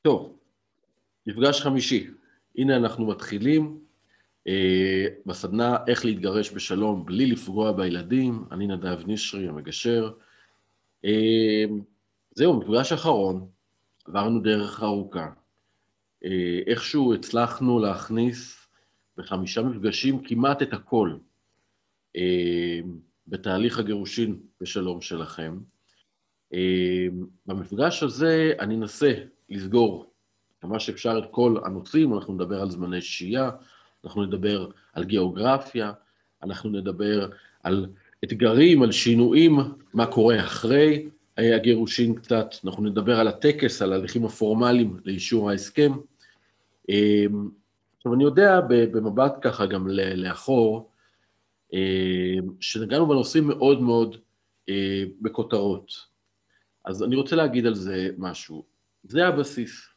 טוב, מפגש חמישי. הנה אנחנו מתחילים בסדנה איך להתגרש בשלום בלי לפגוע בילדים. אני נדב נשרי, המגשר. זהו, מפגש אחרון, עברנו דרך ארוכה. איכשהו הצלחנו להכניס ב5 מפגשים כמעט את הכל בתהליך הגירושין בשלום שלכם. במפגש הזה אני אנסה לסגור כמה שאפשר את כל הנושאים. אנחנו נדבר על זמני שהייה, אנחנו נדבר על גיאוגרפיה, אנחנו נדבר על אתגרים, על שינויים, מה קורה אחרי הגירושין קצת, אנחנו נדבר על הטקס, על ההליכים הפורמליים לאישור ההסכם. עכשיו אני יודע במבט ככה גם לאחור, שנגענו בנושאים מאוד מאוד בכותרות. אז אני רוצה להגיד על זה משהו. זה הבסיס.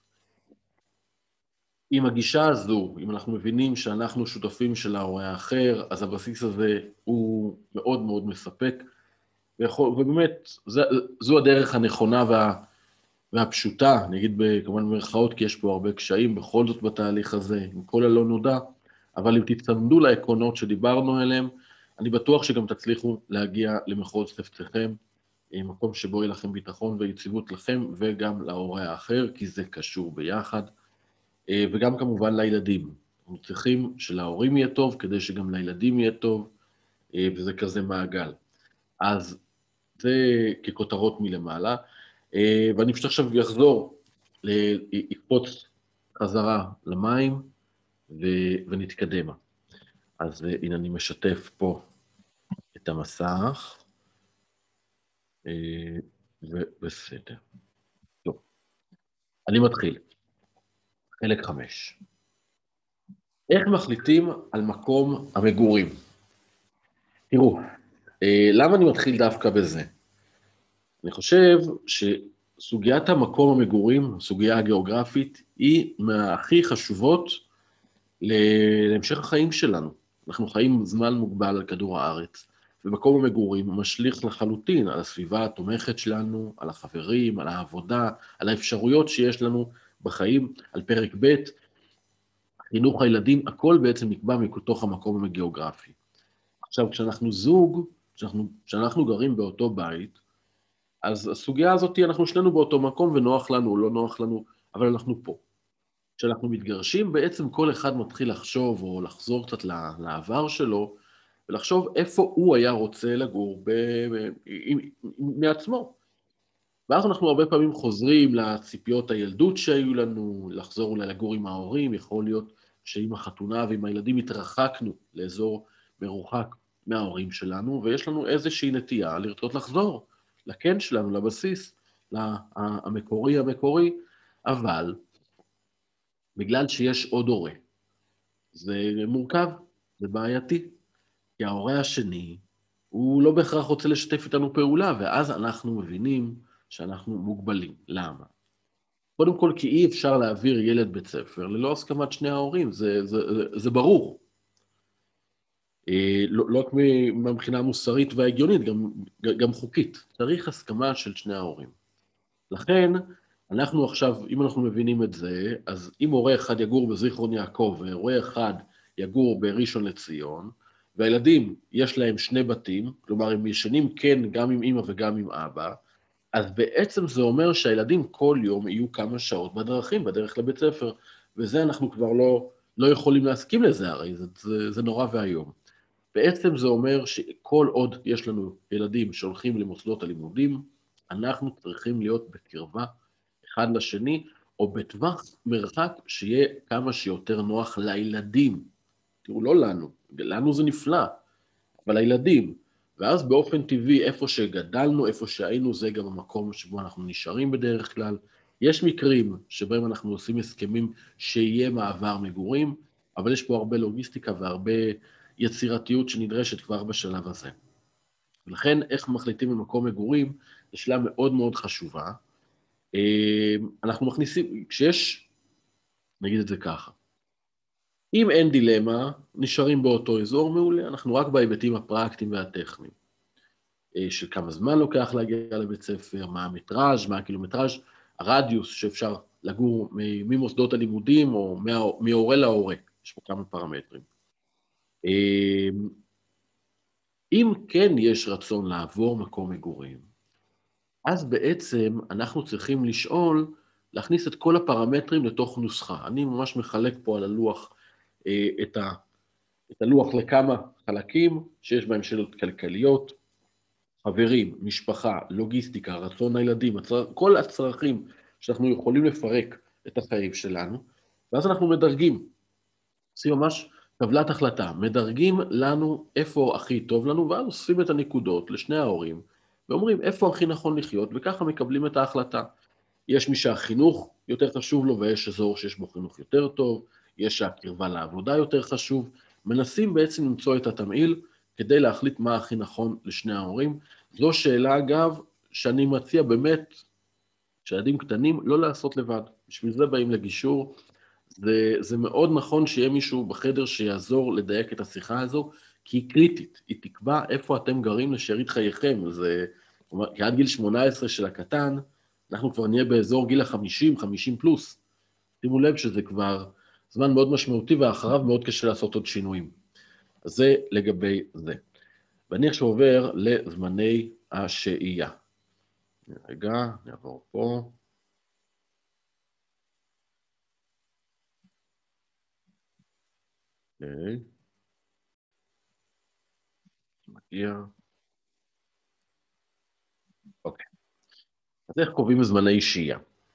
עם הגישה הזו, אם אנחנו מבינים שאנחנו שותפים של ההורה האחר, אז הבסיס הזה הוא מאוד מאוד מספק, ובאמת זו הדרך הנכונה והפשוטה, אני אגיד כמובן במרכאות, כי יש פה הרבה קשיים בכל זאת בתהליך הזה, עם כל הלא נודע, אבל אם תצמדו לעקרונות שדיברנו עליהם, אני בטוח שגם תצליחו להגיע למחוז חפצכם, מקום שבו יהיה לכם ביטחון ויציבות לכם וגם להורה האחר, כי זה קשור ביחד. וגם כמובן לילדים. אנחנו צריכים שלהורים יהיה טוב, כדי שגם לילדים יהיה טוב, וזה כזה מעגל. אז זה ככותרות מלמעלה, ואני פשוט עכשיו אחזור, לקפוץ חזרה למים, ונתקדם. אז הנה אני משתף פה את המסך, ובסדר. טוב, אני מתחיל. חלק 5. איך מחליטים על מקום המגורים? תראו, למה אני מתחיל דווקא בזה? אני חושב שסוגיית המקום המגורים, הסוגיה הגיאוגרפית, היא מהכי חשובות להמשך החיים שלנו. אנחנו חיים זמן מוגבל על כדור הארץ, ומקום המגורים משליך לחלוטין על הסביבה התומכת שלנו, על החברים, על העבודה, על האפשרויות שיש לנו בחיים, על פרק ב', חינוך הילדים, הכל בעצם נקבע מתוך המקום הגיאוגרפי. עכשיו, כשאנחנו זוג, כשאנחנו גרים באותו בית, אז הסוגיה הזאת, אנחנו שנינו באותו מקום, ונוח לנו או לא נוח לנו, אבל אנחנו פה. כשאנחנו מתגרשים, בעצם כל אחד מתחיל לחשוב, או לחזור קצת לעבר שלו, ולחשוב איפה הוא היה רוצה לגור מעצמו. ואז אנחנו הרבה פעמים חוזרים לציפיות הילדות שהיו לנו, לחזור אולי לגור עם ההורים, יכול להיות שעם החתונה ועם הילדים התרחקנו לאזור מרוחק מההורים שלנו, ויש לנו איזושהי נטייה לרצות לחזור לקן שלנו, לבסיס, המקורי, אבל בגלל שיש עוד הורה, זה מורכב, זה בעייתי, כי ההורה השני הוא לא בהכרח רוצה לשתף איתנו פעולה, ואז אנחנו מבינים שאנחנו מוגבלים. למה? קודם כל, כי אי אפשר להעביר ילד בית ספר ללא הסכמת שני ההורים, זה ברור. לא רק מבחינה מוסרית וההגיונית, גם חוקית. צריך הסכמה של שני ההורים. לכן, אנחנו עכשיו, אם אנחנו מבינים את זה, אז אם הורה אחד יגור בזיכרון יעקב, והורה אחד יגור בראשון לציון, והילדים יש להם 2 בתים, כלומר הם ישנים כן גם עם אמא וגם עם אבא, אז בעצם זה אומר שהילדים כל יום יהיו כמה שעות בדרכים, בדרך לבית ספר, וזה אנחנו כבר לא יכולים להסכים לזה, הרי זה נורא והיום. בעצם זה אומר שכל עוד יש לנו ילדים שהולכים למוסדות הלימודים, אנחנו צריכים להיות בקרבה אחד לשני, או בטווח מרחק שיהיה כמה שיותר נוח לילדים. תראו, לא לנו, לנו זה נפלא, אבל לילדים. ואז באופן טבעי, איפה שגדלנו, איפה שהיינו, זה גם המקום שבו אנחנו נשארים בדרך כלל. יש מקרים שבהם אנחנו עושים הסכמים שיהיה מעבר מגורים, אבל יש פה הרבה לוגיסטיקה והרבה יצירתיות שנדרשת כבר בשלב הזה. ולכן, איך מחליטים במקום מגורים, זו שאלה מאוד מאוד חשובה. אנחנו מכניסים, נגיד את זה ככה, אם אין דילמה, נשארים באותו אזור מעולה, אנחנו רק בהיבטים הפרקטיים והטכניים. של כמה זמן לוקח להגיע לבית ספר, מה המטראז', מה הקילומטראז', הרדיוס שאפשר לגור ממוסדות הלימודים או מההורה להורה, יש פה כמה פרמטרים. אם כן יש רצון לעבור מקום מגורים, אז בעצם אנחנו צריכים לשאול, להכניס את כל הפרמטרים לתוך נוסחה. אני ממש מחלק פה על הלוח את הלוח לכמה חלקים שיש בהם שאלות כלכליות, חברים, משפחה, לוגיסטיקה, רצון הילדים, כל הצרכים שאנחנו יכולים לפרק את החיים שלנו, ואז אנחנו מדרגים, עושים ממש טבלת החלטה, מדרגים לנו איפה הכי טוב לנו, ואז אוספים את הנקודות לשני ההורים, ואומרים איפה הכי נכון לחיות, וככה מקבלים את ההחלטה. יש מי שהחינוך יותר חשוב לו, ויש אזור שיש בו חינוך יותר טוב, יש שהקרבה לעבודה יותר חשוב, מנסים בעצם למצוא את התמהיל, כדי להחליט מה הכי נכון לשני ההורים. זו שאלה, אגב, שאני מציע באמת, שילדים קטנים, לא לעשות לבד. בשביל זה באים לגישור. זה מאוד נכון שיהיה מישהו בחדר שיעזור לדייק את השיחה הזו, כי היא קריטית, היא תקבע איפה אתם גרים לשארית חייכם. כי עד גיל 18 של הקטן, אנחנו כבר נהיה באזור גיל ה-50, 50 פלוס. שימו לב שזה כבר זמן מאוד משמעותי, ואחריו מאוד קשה לעשות עוד שינויים. אז זה לגבי זה. ואני עכשיו עובר לזמני השהייה. רגע, נעבור פה. אוקיי. מגיע. אוקיי. אז איך קובעים זמני שהייה?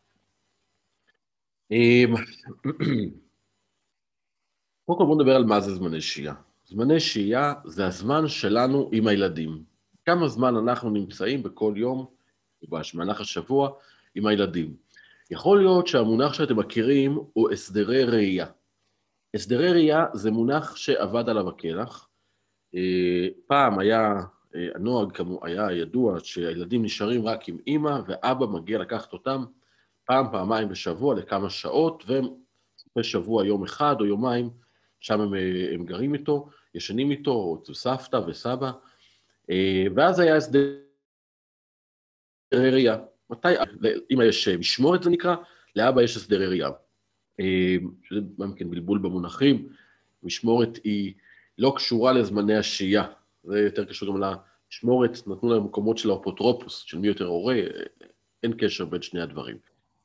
קודם כל בואו נדבר על מה זה זמני שהייה. זמני שהייה זה הזמן שלנו עם הילדים. כמה זמן אנחנו נמצאים בכל יום, במהלך השבוע, עם הילדים. יכול להיות שהמונח שאתם מכירים הוא הסדרי ראייה. הסדרי ראייה זה מונח שעבד עליו הקלח. פעם היה, הנוהג היה ידוע שהילדים נשארים רק עם אמא, ואבא מגיע לקחת אותם פעמיים בשבוע לכמה שעות, והם בשבוע יום אחד או יומיים, שם הם גרים איתו, ישנים איתו, או סבתא וסבא, ואז היה הסדרי ראייה. מתי, לאמא יש משמורת זה נקרא, לאבא יש הסדרי ראייה. שזה גם כן בלבול במונחים, משמורת היא לא קשורה לזמני השהייה, זה יותר קשור גם למשמורת, נתנו להם מקומות של האפוטרופוס, של מי יותר הורה, אין קשר בין שני הדברים.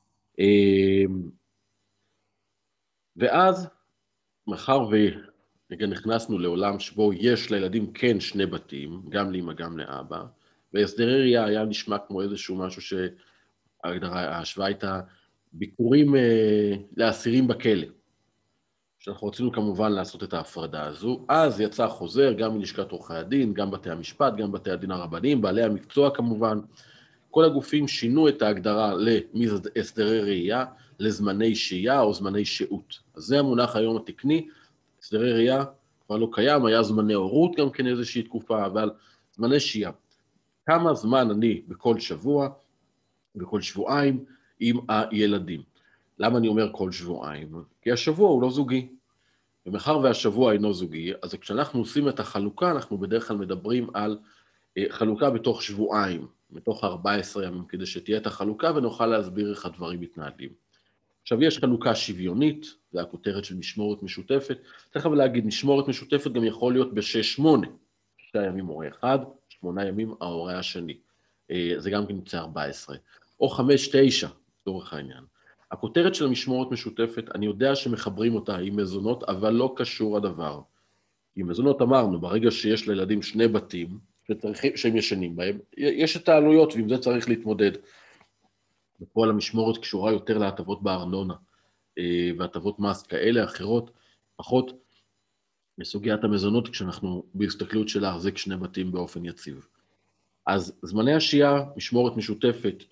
ואז, מאחר נכנסנו לעולם שבו יש לילדים כן שני בתים, גם לאמא גם לאבא, והסדרי ראייה היה נשמע כמו איזשהו משהו שההשוואה הייתה ביקורים לאסירים בכלא. שאנחנו רצינו כמובן לעשות את ההפרדה הזו, אז יצא חוזר גם מלשכת עורכי הדין, גם בתי המשפט, גם בתי הדין הרבניים, בעלי המקצוע כמובן, כל הגופים שינו את ההגדרה להסדרי ראייה, לזמני שהייה או זמני שהות. אז זה המונח היום התקני, הסדרי ראייה כבר לא קיים, היה זמני הורות גם כן איזושהי תקופה, אבל זמני שהייה. כמה זמן אני בכל שבוע, בכל שבועיים, עם הילדים. למה אני אומר כל שבועיים? כי השבוע הוא לא זוגי. ומאחר והשבוע אינו זוגי, אז כשאנחנו עושים את החלוקה, אנחנו בדרך כלל מדברים על חלוקה בתוך שבועיים, בתוך 14 ימים, כדי שתהיה את החלוקה ונוכל להסביר איך הדברים מתנהלים. עכשיו, יש חלוקה שוויונית, זה הכותרת של משמורת משותפת. צריך אבל להגיד, משמורת משותפת גם יכול להיות ב-6-8, 6 ימים הורה אחד, 8 ימים ההורה השני. זה גם כן יוצא 14. או 5-9, לצורך העניין. הכותרת של המשמורת משותפת, אני יודע שמחברים אותה עם מזונות, אבל לא קשור הדבר. עם מזונות אמרנו, ברגע שיש לילדים שני בתים, שהם ישנים בהם, יש את העלויות, ועם זה צריך להתמודד. בפועל המשמורת קשורה יותר להטבות בארנונה, והטבות מס כאלה, אחרות, פחות מסוגיית המזונות, כשאנחנו בהסתכלות של להחזיק שני בתים באופן יציב. אז זמני השהייה, משמורת משותפת,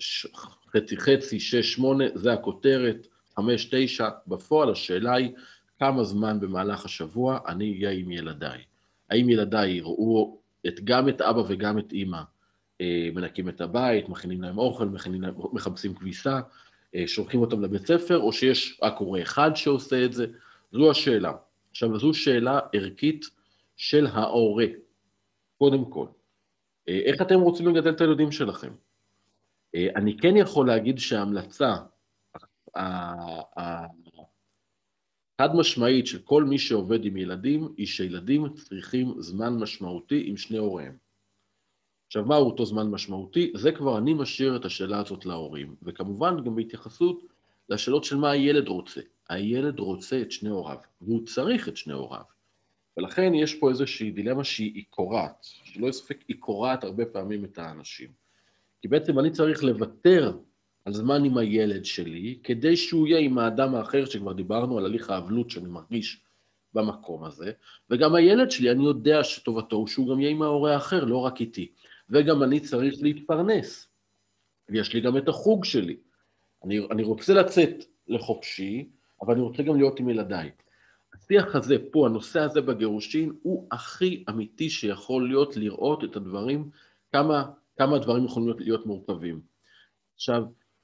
חצי, 6-8, זה הכותרת, 5-9, בפועל השאלה היא, כמה זמן במהלך השבוע אני אהיה עם ילדיי. האם ילדיי יראו גם את אבא וגם את אמא, מנקים את הבית, מכינים להם אוכל, מחפשים כביסה, שולחים אותם לבית ספר, או שיש רק הורה אחד שעושה את זה, זו השאלה. עכשיו, זו שאלה ערכית של ההורה, קודם כל. איך אתם רוצים לגדל את הילדים שלכם? אני כן יכול להגיד שההמלצה חד משמעית של כל מי שעובד עם ילדים, היא שילדים צריכים זמן משמעותי עם שני הוריהם. עכשיו, מהו אותו זמן משמעותי? זה כבר אני משאיר את השאלה הזאת להורים, וכמובן גם בהתייחסות לשאלות של מה הילד רוצה. הילד רוצה את שני הוריו, והוא צריך את שני הוריו. ולכן יש פה איזושהי דילמה שהיא קורעת, שלא יספק, היא קורעת הרבה פעמים את האנשים. כי בעצם אני צריך לוותר על זמן עם הילד שלי, כדי שהוא יהיה עם האדם האחר, שכבר דיברנו על הליך האבלות שאני מרגיש במקום הזה, וגם הילד שלי, אני יודע שטובתו הוא שהוא גם יהיה עם ההורה האחר, לא רק איתי. וגם אני צריך להתפרנס, ויש לי גם את החוג שלי. אני רוצה לצאת לחופשי, אבל אני רוצה גם להיות עם ילדיי. השיח הזה פה, הנושא הזה בגירושין, הוא הכי אמיתי שיכול להיות לראות את הדברים, כמה הדברים יכולים להיות מורכבים. עכשיו,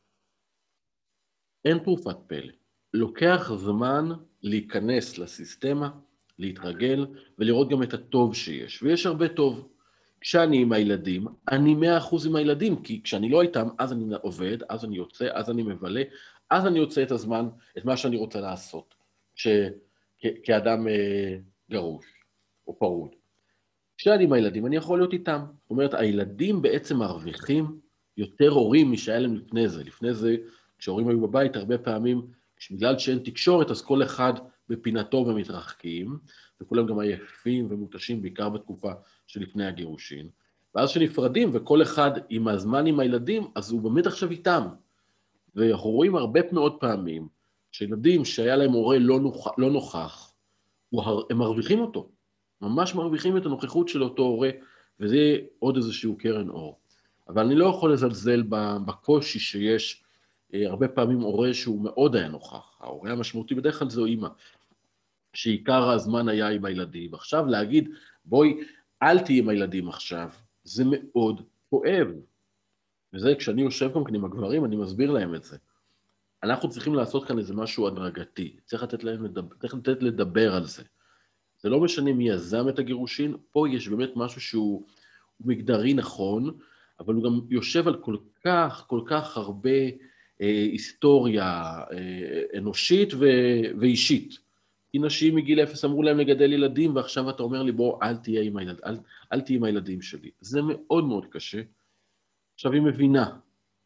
אין תרופת פלא. לוקח זמן להיכנס לסיסטמה, להתרגל, ולראות גם את הטוב שיש. ויש הרבה טוב. כשאני עם הילדים, אני 100% עם הילדים, כי כשאני לא איתם, אז אני עובד, אז אני יוצא, אז אני מבלה, אז אני יוצא את הזמן, את מה שאני רוצה לעשות, כאדם גרוש או פרוד. כשאני עם הילדים, אני יכול להיות איתם. זאת אומרת, הילדים בעצם מרוויחים יותר הורים משהיה להם לפני זה. לפני זה, כשהורים היו בבית, הרבה פעמים, בגלל שאין תקשורת, אז כל אחד בפינתו ומתרחקים, וכולם גם עייפים ומותשים, בעיקר בתקופה שלפני הגירושין. ואז שנפרדים, וכל אחד עם הזמן עם הילדים, אז הוא באמת עכשיו איתם. ואנחנו רואים הרבה מאוד פעמים, שילדים שהיה להם הורה לא נוכח, הם מרוויחים אותו. ממש מרוויחים את הנוכחות של אותו הורה, וזה עוד איזשהו קרן אור. אבל אני לא יכול לזלזל בקושי שיש הרבה פעמים הורה שהוא מאוד היה נוכח. ההורה המשמעותי בדרך כלל זו אימא, שעיקר הזמן היה עם הילדים. עכשיו להגיד, בואי, אל תהיי עם הילדים עכשיו, זה מאוד כואב. וזה כשאני יושב כאן עם הגברים, אני מסביר להם את זה. אנחנו צריכים לעשות כאן איזה משהו הדרגתי, צריך לתת לדבר על זה. זה לא משנה מי יזם את הגירושין, פה יש באמת משהו שהוא מגדרי נכון, אבל הוא גם יושב על כל כך הרבה היסטוריה אנושית ואישית. כי נשים מגיל 0 אמרו להם לגדל ילדים, ועכשיו אתה אומר לי, בוא, אל תהיה עם הילדים שלי. זה מאוד מאוד קשה. עכשיו היא מבינה,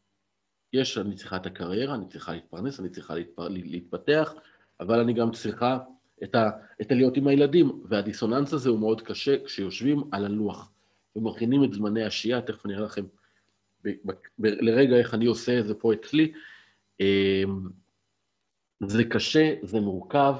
אני צריכה את הקריירה, אני צריכה להתפרנס, אני צריכה להתפתח, אבל אני גם צריכה את הלהיות עם הילדים, והדיסוננס הזה הוא מאוד קשה כשיושבים על הלוח, ומכינים את זמני השהייה, תכף אני אראה לכם לרגע איך אני עושה את זה פה אצלי. זה קשה, זה מורכב,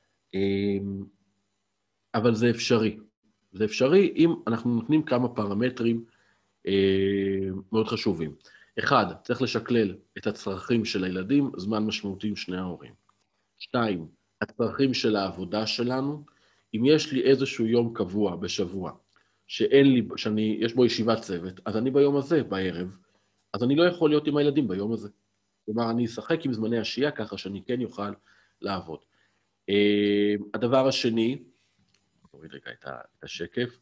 אבל זה אפשרי. זה אפשרי אם אנחנו נותנים כמה פרמטרים מאוד חשובים. אחד, צריך לשקלל את הצרכים של הילדים, זמן משמעותי עם שני ההורים. 2, הצרכים של העבודה שלנו, אם יש לי איזשהו יום קבוע בשבוע, יש בו ישיבת צוות, אז אני ביום הזה, בערב, אז אני לא יכול להיות עם הילדים ביום הזה. כלומר, אני אשחק עם זמני השהייה ככה שאני כן יוכל לעבוד. הדבר השני, נוריד רגע את השקף,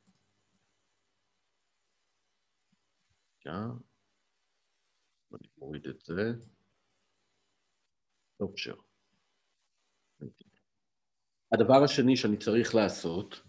אני מוריד את זה, טוב שר. הדבר השני שאני צריך לעשות,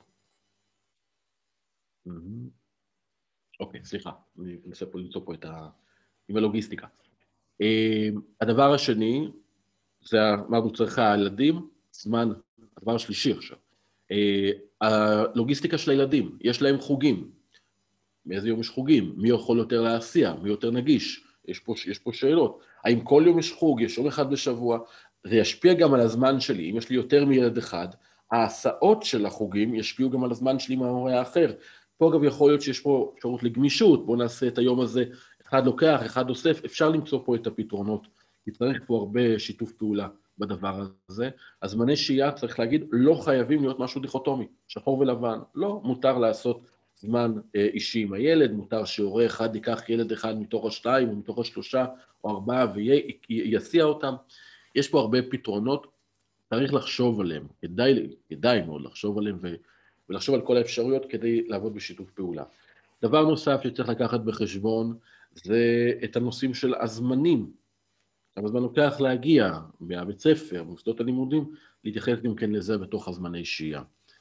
אוקיי, סליחה, אני אנסה פה למצוא פה עם הלוגיסטיקה. הדבר השני, זה אמרנו צריך הילדים, זמן, הדבר השלישי עכשיו. הלוגיסטיקה של הילדים, יש להם חוגים. מאיזה יום יש חוגים? מי יכול יותר להסיע? מי יותר נגיש? יש פה שאלות. האם כל יום יש חוג? יש יום אחד בשבוע? זה ישפיע גם על הזמן שלי. אם יש לי יותר מילד אחד, ההסעות של החוגים ישפיעו גם על הזמן שלי מההורה האחר. פה אגב יכול להיות שיש פה אפשרות לגמישות, בואו נעשה את היום הזה, אחד לוקח, אחד אוסף, אפשר למצוא פה את הפתרונות. יצטרך פה הרבה שיתוף פעולה בדבר הזה. הזמני שהייה, צריך להגיד, לא חייבים להיות משהו דיכוטומי, שחור ולבן. לא, מותר לעשות זמן אישי עם הילד, מותר שהורה אחד ייקח ילד אחד מתוך השתיים, או מתוך השלושה, או ארבעה, ויסיע אותם. יש פה הרבה פתרונות, צריך לחשוב עליהם, כדאי מאוד לחשוב עליהם, ולחשוב על כל האפשרויות כדי לעבוד בשיתוף פעולה. דבר נוסף שצריך לקחת בחשבון, זה את הנושאים של הזמנים. כמה זמן לוקח להגיע מהבית ספר, במוסדות הלימודים, להתייחס גם כן לזה בתוך הזמני שהייה.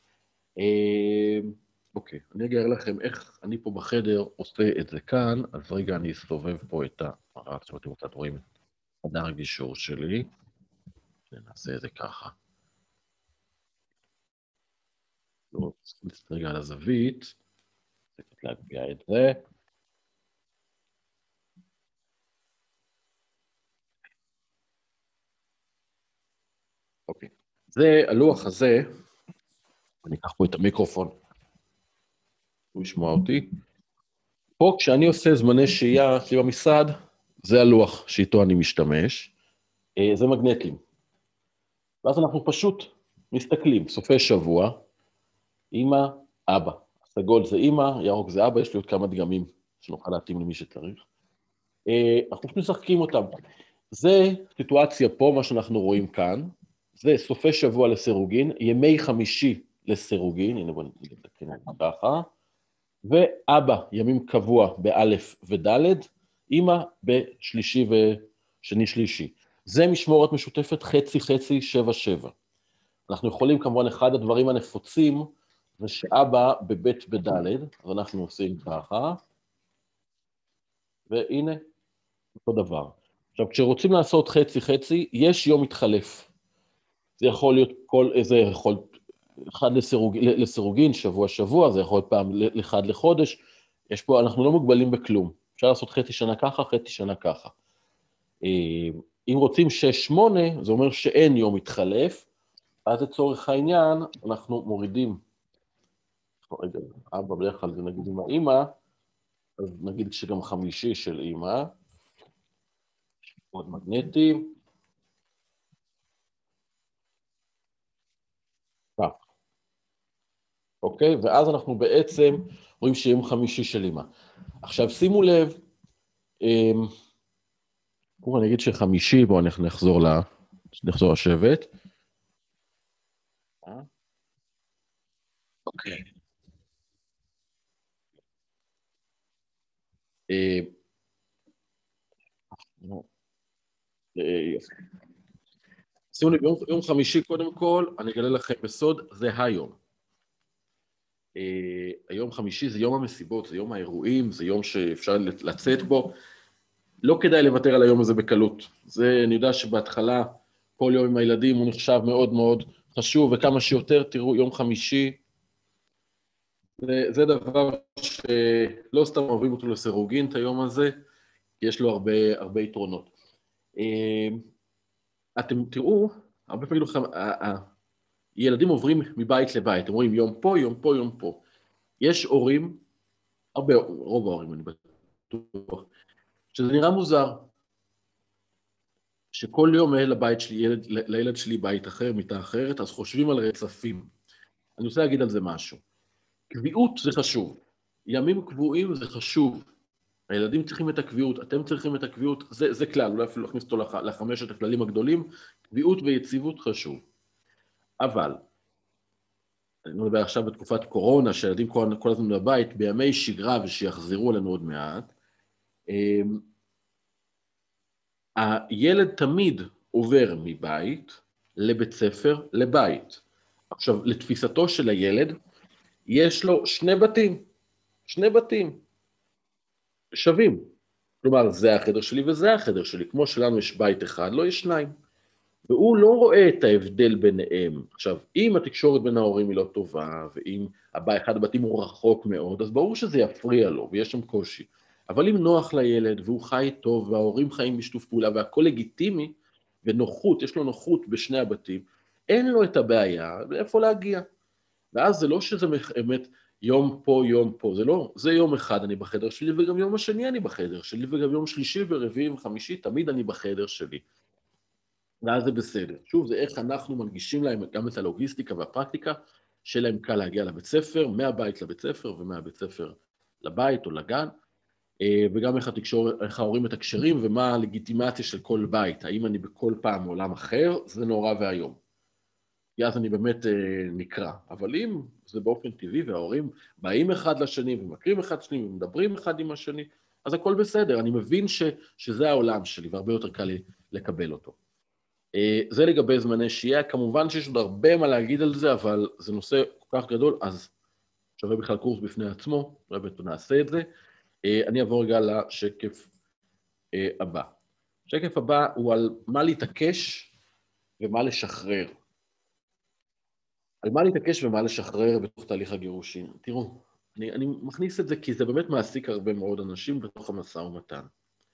אוקיי, אני אגר לכם איך אני פה בחדר עושה את זה כאן, אז רגע אני אסתובב פה את המראה, עכשיו אתם קצת רואים את חדר הגישור שלי, נעשה את זה ככה. רגע על הזווית, צריך להגביה את זה. אוקיי, זה הלוח הזה, אני אקח פה את המיקרופון, הוא ישמע אותי. פה כשאני עושה זמני שהייה אצלי במשרד, זה הלוח שאיתו אני משתמש, זה מגנטים. ואז אנחנו פשוט מסתכלים, סופי שבוע, אמא, אבא. הסגול זה אמא, ירוק זה אבא, יש לי עוד כמה דגמים שנוכל להתאים למי שצריך. אנחנו משחקים אותם. זה סיטואציה פה, מה שאנחנו רואים כאן, זה סופי שבוע לסירוגין, ימי חמישי לסירוגין, הנה בואו נתקן ככה, ואבא ימים קבוע באלף ודלת, אמא בשלישי ושני שלישי. זה משמורת משותפת חצי חצי 7-7. אנחנו יכולים כמובן, אחד הדברים הנפוצים, זה שאבא בבית בדלת, אז אנחנו עושים ככה, והנה, אותו דבר. עכשיו, כשרוצים לעשות חצי חצי, יש יום מתחלף. זה יכול להיות זה יכול אחד לסירוגין, שבוע, זה יכול להיות פעם אחד לחודש. יש פה, אנחנו לא מוגבלים בכלום. אפשר לעשות חצי שנה ככה, חצי שנה ככה. אם רוצים 6-8, זה אומר שאין יום מתחלף, אז לצורך העניין, אנחנו מורידים, רגע, אבא בדרך כלל זה נגיד עם האמא, אז נגיד שגם חמישי של אמא, עוד מגנטים, כך. אוקיי? ואז אנחנו בעצם רואים שיום חמישי של אמא. עכשיו שימו לב, אני אגיד שחמישי, בואו נחזור לשבט. אוקיי. שימו לב, יום חמישי קודם כל, אני אגלה לכם בסוד, זה היום. היום חמישי זה יום המסיבות, זה יום האירועים, זה יום שאפשר לצאת בו. לא כדאי לוותר על היום הזה בקלות. זה, אני יודע שבהתחלה, כל יום עם הילדים הוא נחשב מאוד מאוד חשוב, וכמה שיותר, תראו, יום חמישי, זה דבר שלא סתם אוהבים אותו לסירוגין, את היום הזה, כי יש לו הרבה יתרונות. אתם תראו, הרבה פעמים ילדים עוברים מבית לבית, הם רואים יום פה, יום פה, יום פה. יש הורים, רוב ההורים אני בטוח, שזה נראה מוזר, שכל יום לילד שלי בית אחר, מיטה אחרת, אז חושבים על רצפים. אני רוצה להגיד על זה משהו. קביעות זה חשוב, ימים קבועים זה חשוב. הילדים צריכים את הקביעות, אתם צריכים את הקביעות, זה כלל, אולי אפילו להכניס אותו לחמשת הכללים הגדולים, קביעות ויציבות חשוב. אבל, אני מדבר עכשיו בתקופת קורונה, שהילדים כל הזמן בבית, בימי שגרה ושיחזרו אלינו עוד מעט, הילד תמיד עובר מבית לבית ספר לבית. עכשיו, לתפיסתו של הילד, יש לו שני בתים שווים. כלומר, זה החדר שלי וזה החדר שלי. כמו שלנו יש בית אחד, לא יש שניים. והוא לא רואה את ההבדל ביניהם. עכשיו, אם התקשורת בין ההורים היא לא טובה, ואם אחד הבתים הוא רחוק מאוד, אז ברור שזה יפריע לו, ויש שם קושי. אבל אם נוח לילד, והוא חי טוב, וההורים חיים בשיתוף פעולה, והכל לגיטימי, ונוחות, יש לו נוחות בשני הבתים, אין לו את הבעיה, ואיפה להגיע. ואז זה לא שזה באמת יום פה, יום פה, זה לא, זה יום אחד אני בחדר שלי, וגם יום השני אני בחדר שלי, וגם יום שלישי ורביעי וחמישי, תמיד אני בחדר שלי. ואז זה בסדר. שוב, זה איך אנחנו מנגישים להם גם את הלוגיסטיקה והפרקטיקה, שלהם קל להגיע לבית ספר, מהבית לבית ספר, ומהבית ספר לבית או לגן, וגם איך ההורים מתקשרים, ומה הלגיטימציה של כל בית. האם אני בכל פעם עולם אחר, זה נורא והיום. כי אז אני באמת נקרא. אבל אם זה באופן טבעי, וההורים באים אחד לשני, ומכירים אחד לשני, ומדברים אחד עם השני, אז הכל בסדר, אני מבין שזה העולם שלי, והרבה יותר קל לי לקבל אותו. זה לגבי זמני שהייה, כמובן שיש עוד הרבה מה להגיד על זה, אבל זה נושא כל כך גדול, אז שווה בכלל קורס בפני עצמו, באמת נעשה את זה. אני אעבור רגע לשקף הבא. השקף הבא הוא על מה להתעקש ומה לשחרר. על מה להתעקש ומה לשחרר בתוך תהליך הגירושין. תראו, אני מכניס את זה כי זה באמת מעסיק הרבה מאוד אנשים בתוך המשא ומתן.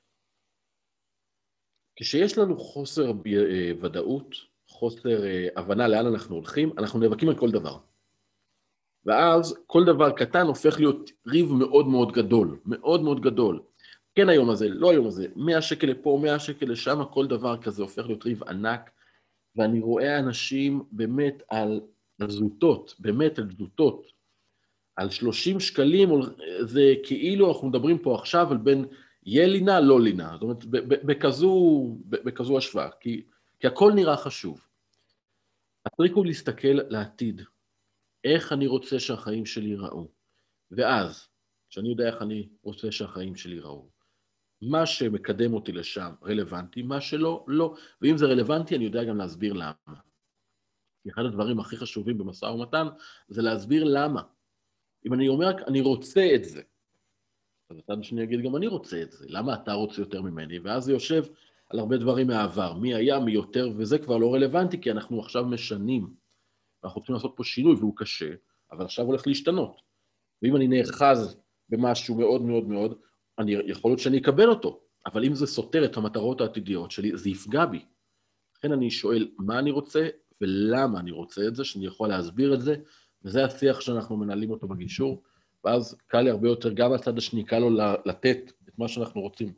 כשיש לנו חוסר ודאות, חוסר הבנה לאן אנחנו הולכים, אנחנו נאבקים על כל דבר. ואז כל דבר קטן הופך להיות ריב מאוד מאוד גדול, מאוד מאוד גדול. כן היום הזה, לא היום הזה, 100 שקל לפה, 100 שקל לשם, כל דבר כזה הופך להיות ריב ענק, ואני רואה אנשים באמת על זוטות, באמת על זוטות, על 30 שקלים, זה כאילו אנחנו מדברים פה עכשיו על בין יהיה לינה, לא לינה, זאת אומרת, בכזו השוואה, כי הכל נראה חשוב. הטריק הוא להסתכל לעתיד, איך אני רוצה שהחיים שלי ייראו, ואז, כשאני יודע איך אני רוצה שהחיים שלי ייראו, מה שמקדם אותי לשם רלוונטי, מה שלא, לא, ואם זה רלוונטי אני יודע גם להסביר למה. אחד הדברים הכי חשובים במשא ומתן זה להסביר למה. אם אני אומר, אני רוצה את זה, אז הצד השני יגיד גם אני רוצה את זה, למה אתה רוצה יותר ממני? ואז זה יושב על הרבה דברים מהעבר, מי היה, מי יותר, וזה כבר לא רלוונטי, כי אנחנו עכשיו משנים, ואנחנו צריכים לעשות פה שינוי, והוא קשה, אבל עכשיו הולך להשתנות. ואם אני נאחז במשהו מאוד מאוד מאוד, יכול להיות שאני אקבל אותו, אבל אם זה סותר את המטרות העתידיות שלי, זה יפגע בי. לכן אני שואל מה אני רוצה, ולמה אני רוצה את זה, שאני יכול להסביר את זה, וזה השיח שאנחנו מנהלים אותו בגישור, ואז קל לי הרבה יותר, גם הצד השני קל לו לתת את מה שאנחנו רוצים,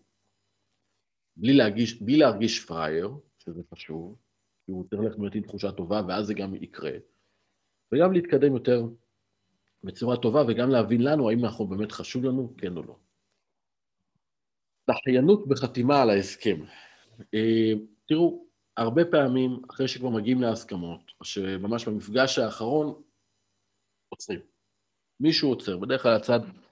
בלי להרגיש פרייר, שזה חשוב, כי הוא צריך ללכת באמת עם תחושה טובה, ואז זה גם יקרה, וגם להתקדם יותר בצורה טובה, וגם להבין לנו האם אנחנו באמת חשוב לנו, כן או לא. דחיינות בחתימה על ההסכם. תראו, הרבה פעמים, אחרי שכבר מגיעים להסכמות, או שממש במפגש האחרון, עוצרים. מישהו עוצר, בדרך כלל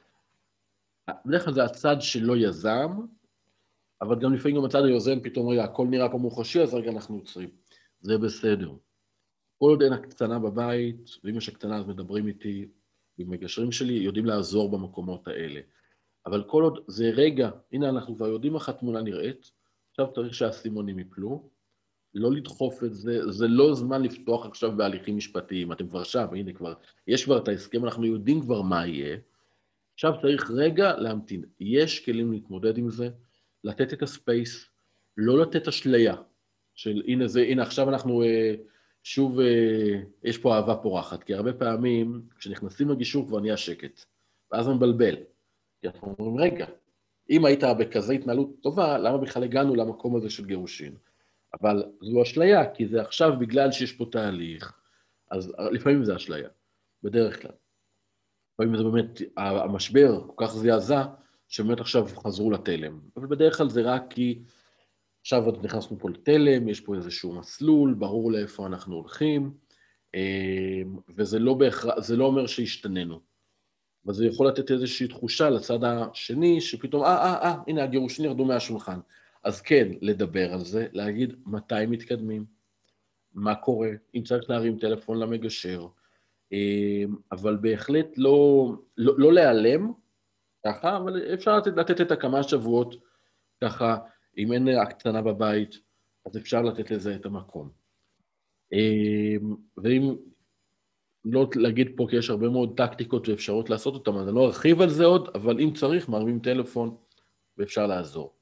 זה הצד שלא יזם, אבל גם לפעמים גם הצד היוזם, פתאום רגע, הכל נראה כמו מוחשי, אז רגע אנחנו עוצרים. זה בסדר. כל עוד אין הקטנה בבית, ואם יש הקטנה אז מדברים איתי, עם מגשרים שלי, יודעים לעזור במקומות האלה. אבל כל עוד זה רגע, הנה אנחנו כבר יודעים איך התמונה נראית, עכשיו צריך שהסימונים יפלו, לא לדחוף את זה, זה לא זמן לפתוח עכשיו בהליכים משפטיים, אתם כבר שם, הנה כבר, יש כבר את ההסכם, אנחנו יודעים כבר מה יהיה, עכשיו צריך רגע להמתין, יש כלים להתמודד עם זה, לתת את הספייס, לא לתת אשליה, של הנה עכשיו אנחנו שוב, יש פה אהבה פורחת, כי הרבה פעמים כשנכנסים לגישור כבר נהיה שקט, ואז זה מבלבל, כי אנחנו אומרים רגע, אם היית בכזה התנהלות טובה, למה בכלל הגענו למקום הזה של גירושין? אבל זו אשליה, כי זה עכשיו בגלל שיש פה תהליך, אז לפעמים זה אשליה, בדרך כלל. לפעמים זה באמת, המשבר כל כך זעזע, שבאמת עכשיו חזרו לתלם. אבל בדרך כלל זה רק כי עכשיו עוד נכנסנו פה לתלם, יש פה איזשהו מסלול, ברור לאיפה אנחנו הולכים, וזה לא בהכרח, זה לא אומר שהשתננו. אבל זה יכול לתת איזושהי תחושה לצד השני, שפתאום, הנה הגירושין ירדו מהשולחן. אז כן, לדבר על זה, להגיד מתי מתקדמים, מה קורה, אם צריך להרים טלפון למגשר, אבל בהחלט לא להיעלם ככה, אבל אפשר לתת את הכמה שבועות ככה, אם אין הקטנה בבית, אז אפשר לתת לזה את המקום. ואם לא להגיד פה, כי יש הרבה מאוד טקטיקות ואפשרות לעשות אותם, אז אני לא ארחיב על זה עוד, אבל אם צריך, מרימים טלפון ואפשר לעזור.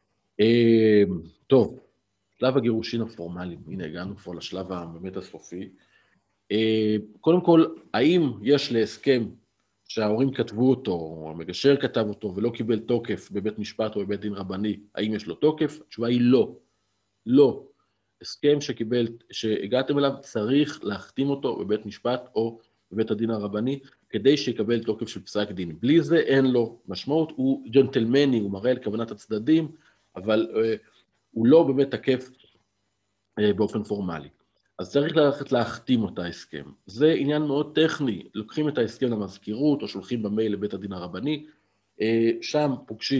טוב, שלב הגירושין הפורמליים, הנה הגענו פה לשלב באמת הסופי. קודם כל, האם יש להסכם שההורים כתבו אותו, או המגשר כתב אותו, ולא קיבל תוקף בבית משפט או בבית דין רבני, האם יש לו תוקף? התשובה היא לא. לא. הסכם שהגעתם אליו צריך להחתים אותו בבית משפט או בבית הדין הרבני, כדי שיקבל תוקף של פסק דין. בלי זה אין לו משמעות, הוא ג'נטלמני, הוא מראה לכוונת הצדדים, אבל הוא לא באמת תקף באופן פורמלי. אז צריך ללכת להחתים אותה הסכם. זה עניין מאוד טכני, לוקחים את ההסכם למזכירות, או שולחים במייל לבית הדין הרבני, שם פוגשים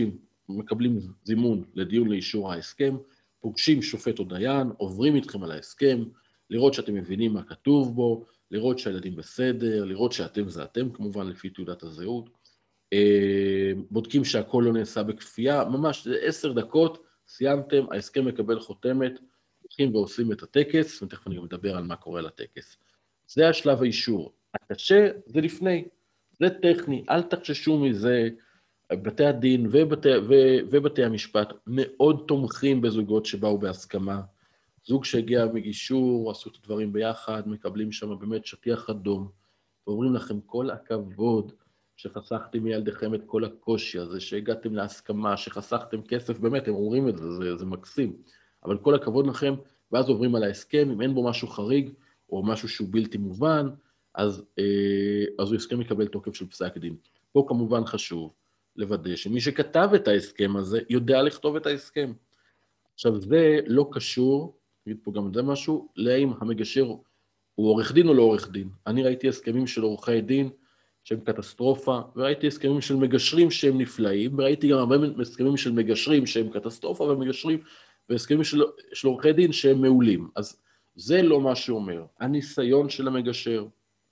מקבלים זימון לדיון לאישור ההסכם, פוגשים שופט או דיין, עוברים איתכם על ההסכם, לראות שאתם מבינים מה כתוב בו, לראות שהילדים בסדר, לראות שאתם זה אתם כמובן לפי תעודת הזהות, בודקים שהכל לא נעשה בכפייה, ממש 10 דקות, סיימתם, ההסכם מקבל חותמת, הולכים ועושים את הטקס, ותכף אני גם מדבר על מה קורה לטקס. זה השלב האישור. הקשה זה לפני, זה טכני, אל תחששו מזה, בתי הדין ובתי המשפט מאוד תומכים בזוגות שבאו בהסכמה, זוג שהגיע מגישור, עשו את הדברים ביחד, מקבלים שם באמת שטיח אדום, ואומרים לכם כל הכבוד שחסכתם מילדיכם את כל הקושי הזה, שהגעתם להסכמה, שחסכתם כסף, באמת, הם אומרים את זה, זה מקסים, אבל כל הכבוד לכם, ואז עוברים על ההסכם, אם אין בו משהו חריג, או משהו שהוא בלתי מובן, אז הוא הסכם יקבל תוקף של פסק דין. פה כמובן חשוב לוודא שמי שכתב את ההסכם הזה, יודע לכתוב את ההסכם. עכשיו, זה לא קשור, נגיד פה גם זה משהו, להאם המגשר הוא עורך דין או לא עורך דין. אני ראיתי הסכמים של עורכי דין שהם קטסטרופה, וראיתי הסכמים של מגשרים שהם נפלאים, וראיתי גם הרבה הסכמים של מגשרים שהם קטסטרופה, ומגשרים, והסכמים של עורכי דין שהם מעולים. אז זה לא מה שאומר. הניסיון של המגשר,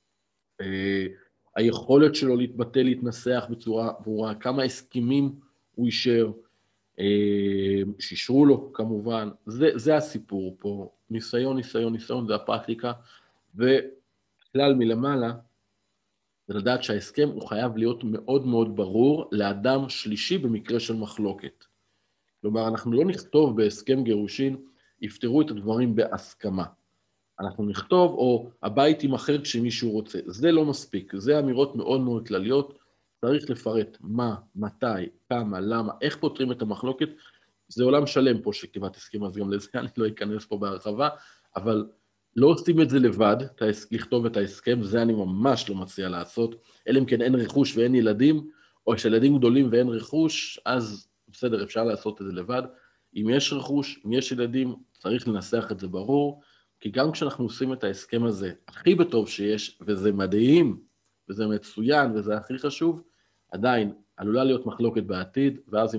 היכולת שלו להתבטא, להתנסח בצורה ברורה, כמה הסכמים הוא אישר, שישרו לו כמובן, זה הסיפור פה, ניסיון, זה הפרקטיקה, וכלל מלמעלה, זה לדעת שההסכם הוא חייב להיות מאוד מאוד ברור לאדם שלישי במקרה של מחלוקת. כלומר, אנחנו לא נכתוב בהסכם גירושין, יפתרו את הדברים בהסכמה. אנחנו נכתוב, או הבית יימכר כשמישהו רוצה. זה לא מספיק, זה אמירות מאוד מאוד כלליות, צריך לפרט מה, מתי, כמה, למה, איך פותרים את המחלוקת, זה עולם שלם פה שכמעט הסכים, אז גם לזה אני לא אכנס פה בהרחבה, אבל לא עושים את זה לבד, לכתוב את ההסכם, זה אני ממש לא מציע לעשות, אלא אם כן אין רכוש ואין ילדים, או שילדים גדולים ואין רכוש, אז בסדר, אפשר לעשות את זה לבד. אם יש רכוש, אם יש ילדים, צריך לנסח את זה ברור, כי גם כשאנחנו עושים את ההסכם הזה הכי בטוב שיש, וזה מדהים, וזה מצוין, וזה הכי חשוב, עדיין עלולה להיות מחלוקת בעתיד, ואז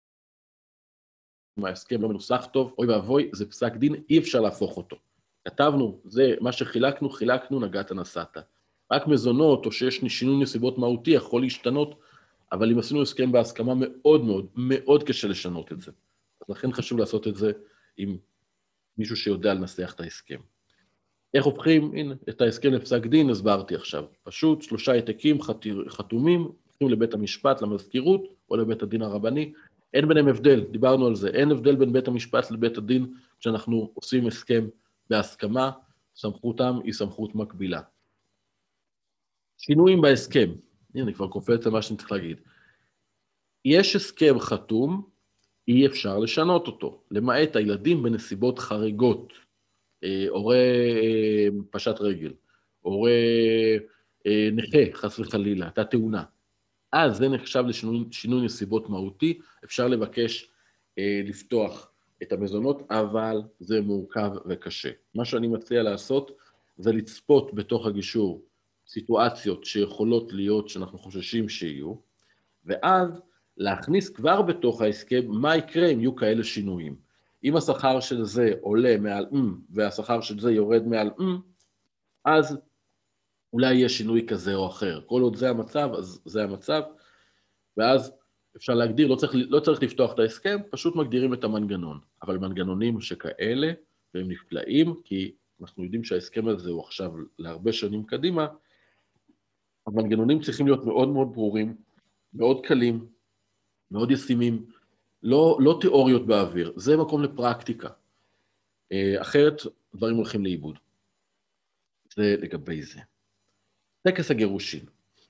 אם ההסכם לא מנוסח טוב, אוי ואבוי, זה פסק דין, אי אפשר להפוך אותו. כתבנו, זה מה שחילקנו, נגעת נסעת. רק מזונות, או שיש שינוי נסיבות מהותי, יכול להשתנות, אבל אם עשינו הסכם בהסכמה מאוד מאוד, מאוד קשה לשנות את זה. אז לכן חשוב לעשות את זה עם מישהו שיודע לנסח את ההסכם. איך הופכים, הנה, את ההסכם לפסק דין, הסברתי עכשיו. פשוט 3 העתקים חתומים, הופכים לבית המשפט, למזכירות, או לבית הדין הרבני. אין ביניהם הבדל, דיברנו על זה, אין הבדל בין בית המשפט לבית הדין, כשאנחנו עושים הסכם בהסכמה, סמכותם היא סמכות מקבילה. שינויים בהסכם, הנה, אני כבר קופץ למה שאני צריך להגיד. יש הסכם חתום, אי אפשר לשנות אותו, למעט הילדים בנסיבות חריגות, הורה פשט רגל, הורה נכה, חס וחלילה, הייתה תאונה. אז זה נחשב לשינוי נסיבות מהותי, אפשר לבקש לפתוח את המזונות, אבל זה מורכב וקשה. מה שאני מציע לעשות זה לצפות בתוך הגישור סיטואציות שיכולות להיות שאנחנו חוששים שיהיו, ואז להכניס כבר בתוך ההסכם מה יקרה אם יהיו כאלה שינויים. אם השכר של זה עולה מעל והשכר של זה יורד מעל אז אולי יהיה שינוי כזה או אחר. כל עוד זה המצב, אז זה המצב, ואז אפשר להגדיר, לא צריך לפתוח את ההסכם, פשוט מגדירים את המנגנון. אבל מנגנונים שכאלה, והם נפלאים, כי אנחנו יודעים שההסכם הזה הוא עכשיו להרבה שנים קדימה, המנגנונים צריכים להיות מאוד מאוד ברורים, מאוד קלים, מאוד ישימים, לא תיאוריות באוויר, זה מקום לפרקטיקה. אחרת דברים הולכים לאיבוד. זה לגבי זה. טקס הגירושין.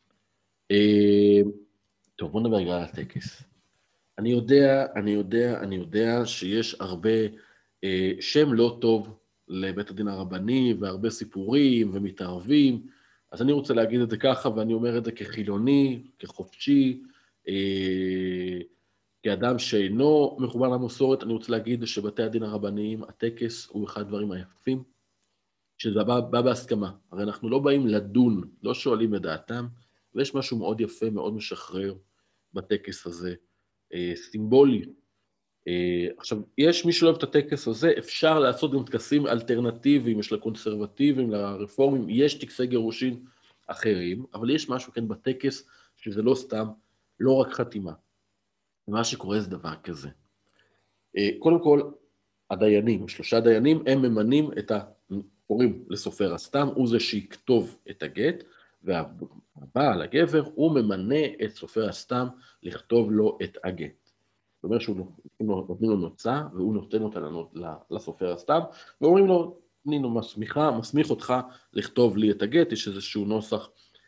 טוב, בוא נדבר רגע על הטקס. אני יודע שיש הרבה שם לא טוב לבית הדין הרבני, והרבה סיפורים ומתערבים, אז אני רוצה להגיד את זה ככה, ואני אומר את זה כחילוני, כחופשי, כאדם שאינו מחובר למסורת, אני רוצה להגיד שבתי הדין הרבניים, הטקס הוא אחד הדברים היפים, שזה בא בהסכמה. הרי אנחנו לא באים לדון, לא שואלים את דעתם, ויש משהו מאוד יפה, מאוד משחרר בטקס הזה. סימבולי. עכשיו, יש מי שלא אוהב את הטקס הזה, אפשר לעשות גם טקסים אלטרנטיביים, יש לקונסרבטיביים, לרפורמים, יש טקסי גירושין אחרים, אבל יש משהו כן בטקס, שזה לא סתם, לא רק חתימה. מה שקורה זה דבר כזה. קודם כל, הדיינים, 3 דיינים, הם ממנים את קוראים לסופר הסתם, הוא זה שיכתוב את הגט, והבעל, הגבר, הוא ממנה את סופר הסתם לכתוב לו את הגט. זאת אומרת שהוא נותנים לו נוצה, והוא נותן אותה לסופר הסתם, ואומרים לו, נינו מסמיך אותך לכתוב לי את הגט, יש איזשהו נוסח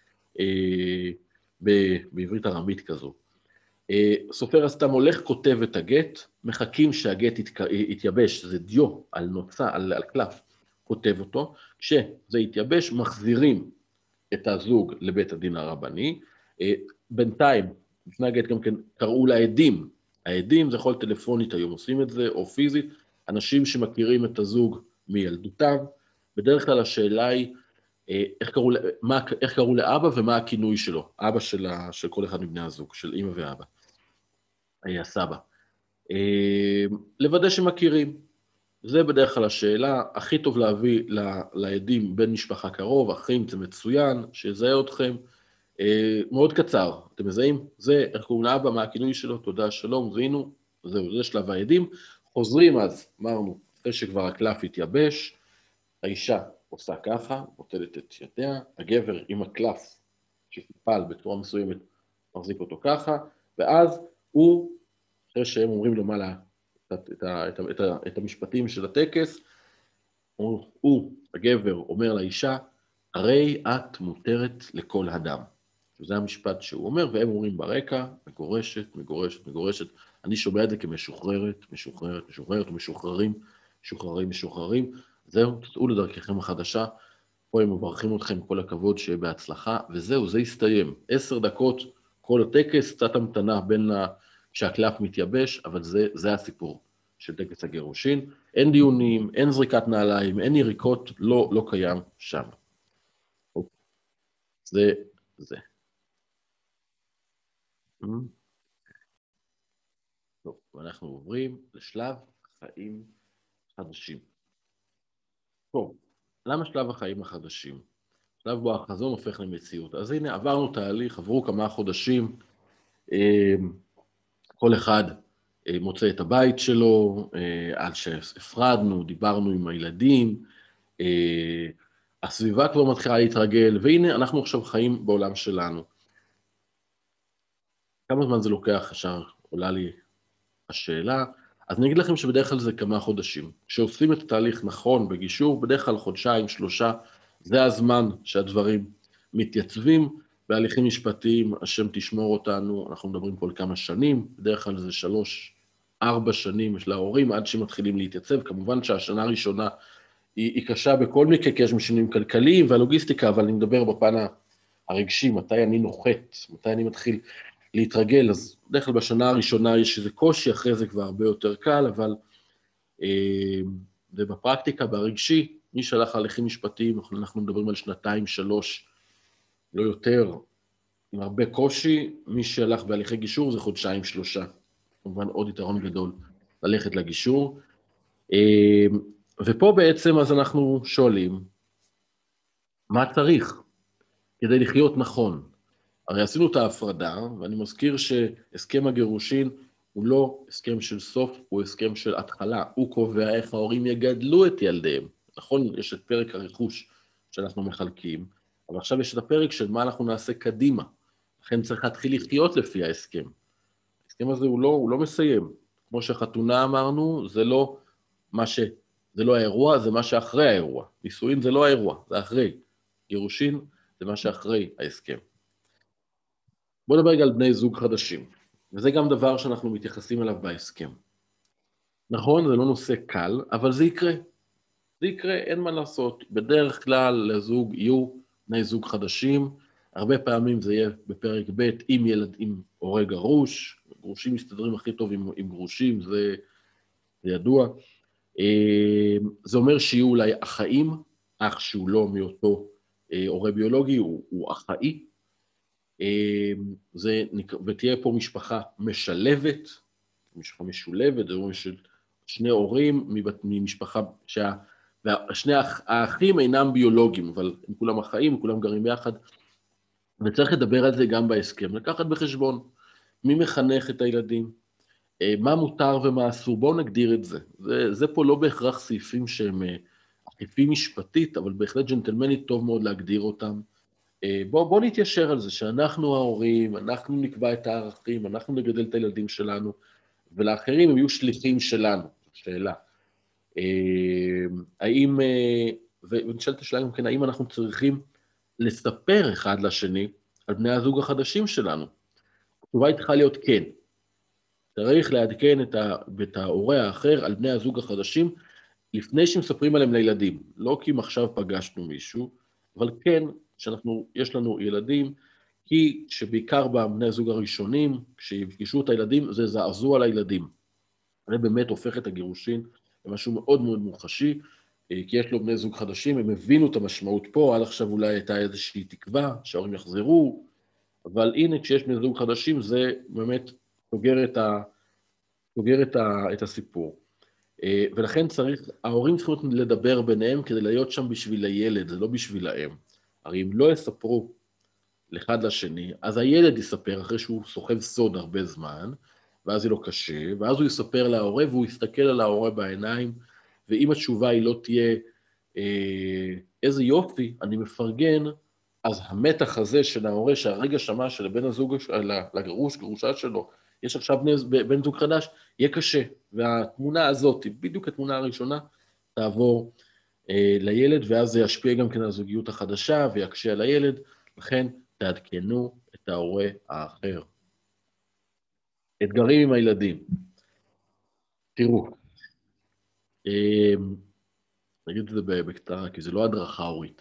בעברית ארמית כזו. סופר הסתם הולך, כותב את הגט, מחכים שהגט יתייבש, זה דיו על נוצה, על קלף, כותב אותו, כשזה יתייבש, מחזירים את הזוג לבית הדין הרבני, בינתיים, לפני הגט גם כן קראו לעדים, העדים זה יכול טלפונית היום עושים את זה, או פיזית, אנשים שמכירים את הזוג מילדותם, בדרך כלל השאלה היא, איך קראו לאבא ומה הכינוי שלו, אבא של כל אחד מבני הזוג, של אמא ואבא, הסבא. לוודא שמכירים, זה בדרך כלל השאלה, הכי טוב להביא לעדים בן משפחה קרוב, אחים זה מצוין, שיזהה אתכם, מאוד קצר, אתם מזהים? זה, איך קוראים לאבא, מה הכינוי שלו, תודה, שלום, זינו, זהו, זה שלב העדים, חוזרים אז, אמרנו, אחרי שכבר הקלף התייבש, האישה עושה ככה, נוטלת את ידיה, הגבר עם הקלף שטיפל בצורה מסוימת, מחזיק אותו ככה, ואז הוא, אחרי שהם אומרים לו מה את המשפטים של הטקס, הוא, הגבר, אומר לאישה, הרי את מותרת לכל אדם. זה המשפט שהוא אומר, והם אומרים ברקע, מגורשת, מגורשת, מגורשת. אני שומע את זה כמשוחררת, משוחררת, משוחררת, ומשוחררים, משוחררים, משוחררים. זהו, תצאו לדרככם החדשה, פה הם מברכים אתכם, כל הכבוד, שיהיה בהצלחה, וזהו, זה יסתיים. 10 דקות, כל הטקס, קצת המתנה בין כשהקלף מתייבש, אבל זה הסיפור של טקס הגירושין. אין דיונים, אין זריקת נעליים, אין יריקות, לא קיים שם. זה. טוב, ואנחנו עוברים לשלב החיים החדשים. טוב, למה שלב החיים החדשים? שלב בו החזון הופך למציאות. אז הנה, עברנו תהליך, עברו כמה חודשים, כל אחד מוצא את הבית שלו, על שהפרדנו, דיברנו עם הילדים, הסביבה כבר מתחילה להתרגל, והנה אנחנו עכשיו חיים בעולם שלנו. כמה זמן זה לוקח, ישר עולה לי השאלה, אז אני אגיד לכם שבדרך כלל זה כמה חודשים. כשעושים את התהליך נכון בגישור, בדרך כלל 2-3, זה הזמן שהדברים מתייצבים, בהליכים משפטיים, השם תשמור אותנו, אנחנו מדברים פה על כמה שנים, בדרך כלל זה 3-4 שנים של ההורים, עד שמתחילים להתייצב, כמובן שהשנה הראשונה היא קשה בכל מקרה, כי יש משנים כלכליים והלוגיסטיקה, אבל אני מדבר בפן הרגשי, מתי אני נוחת, מתי אני מתחיל להתרגל, אז בדרך כלל בשנה הראשונה יש איזה קושי, אחרי זה כבר הרבה יותר קל, אבל ובפרקטיקה, ברגשי, מי שהלך להליכים משפטיים, אנחנו מדברים על 2-3, לא יותר, עם הרבה קושי, מי שהלך בהליכי גישור זה 2-3, כמובן עוד יתרון גדול ללכת לגישור, ופה בעצם אז אנחנו שואלים, מה צריך כדי לחיות נכון? הרי עשינו את ההפרדה, ואני מזכיר שהסכם הגירושין הוא לא הסכם של סוף, הוא הסכם של התחלה. הוא קובע איך ההורים יגדלו את ילדיהם. נכון, יש את פרק הרכוש שאנחנו מחלקים, אבל עכשיו יש את הפרק של מה אנחנו נעשה קדימה. לכן צריך להתחיל לחיות לפי ההסכם. ההסכם הזה הוא לא מסיים. כמו שחתונה אמרנו, זה לא האירוע, זה מה שאחרי האירוע. נישואין זה לא האירוע, זה אחרי. גירושין זה מה שאחרי ההסכם. בואו נדבר על בני זוג חדשים, וזה גם דבר שאנחנו מתייחסים אליו בהסכם. נכון, זה לא נושא קל, אבל זה יקרה. זה יקרה, אין מה לעשות. בדרך כלל לזוג יהיו בני זוג חדשים, הרבה פעמים זה יהיה בפרק ב' עם ילד, עם הורה גרוש, גרושים מסתדרים הכי טוב עם גרושים, זה ידוע. זה אומר שיהיו אולי אחאים, אח שהוא לא מאותו הורה ביולוגי, הוא אחאי, ותהיה פה משפחה משלבת, משפחה משולבת, זה אומר של שני הורים ממשפחה ושני האחים אינם ביולוגיים, אבל הם כולם החיים, כולם גרים ביחד, וצריך לדבר על זה גם בהסכם, לקחת בחשבון מי מחנך את הילדים, מה מותר ומה אסור, בואו נגדיר את זה. זה פה לא בהכרח סעיפים שהם עקיפים משפטית, אבל בהחלט ג'נטלמנית טוב מאוד להגדיר אותם. בואו נתיישר על זה, שאנחנו ההורים, אנחנו נקבע את הערכים, אנחנו נגדל את הילדים שלנו, ולאחרים הם יהיו שליחים שלנו. שאלה. האם, ונשאלת השאלה גם כן, האם אנחנו צריכים לספר אחד לשני על בני הזוג החדשים שלנו? התשובה היא צריכה להיות כן. צריך לעדכן את ההורה האחר על בני הזוג החדשים, לפני שמספרים עליהם לילדים. לא כי אם עכשיו פגשנו מישהו, אבל כן יש לנו ילדים, כי שבעיקר בבני הזוג הראשונים, כשיפגשו את הילדים, זה זעזוע לילדים. זה באמת הופך את הגירושין למשהו מאוד מאוד מוחשי, כי יש לו בני זוג חדשים, הם הבינו את המשמעות פה, עד עכשיו אולי הייתה איזושהי תקווה שההורים יחזרו, אבל הנה כשיש בני זוג חדשים, זה באמת סוגר את הסיפור. ולכן ההורים צריכים לדבר ביניהם כדי להיות שם בשביל הילד, זה לא בשבילהם. הרי אם לא יספרו לאחד לשני, אז הילד יספר אחרי שהוא סוחב סוד הרבה זמן, ואז יהיה לו קשה, ואז הוא יספר להורה, והוא יסתכל על ההורה בעיניים, ואם התשובה היא לא תהיה איזה יופי, אני מפרגן, אז המתח הזה של ההורה, שהרגע שמע שלבן הזוג, גרושה שלו, יש עכשיו בן זוג חדש, יהיה קשה. והתמונה הזאת, בדיוק התמונה הראשונה, תעבור לילד, ואז זה ישפיע גם כן על הזוגיות החדשה, ויקשה על הילד, לכן תעדכנו את ההורה האחר. אתגרים עם הילדים. תראו, נגיד את זה בקצרה, כי זה לא הדרכה הורית.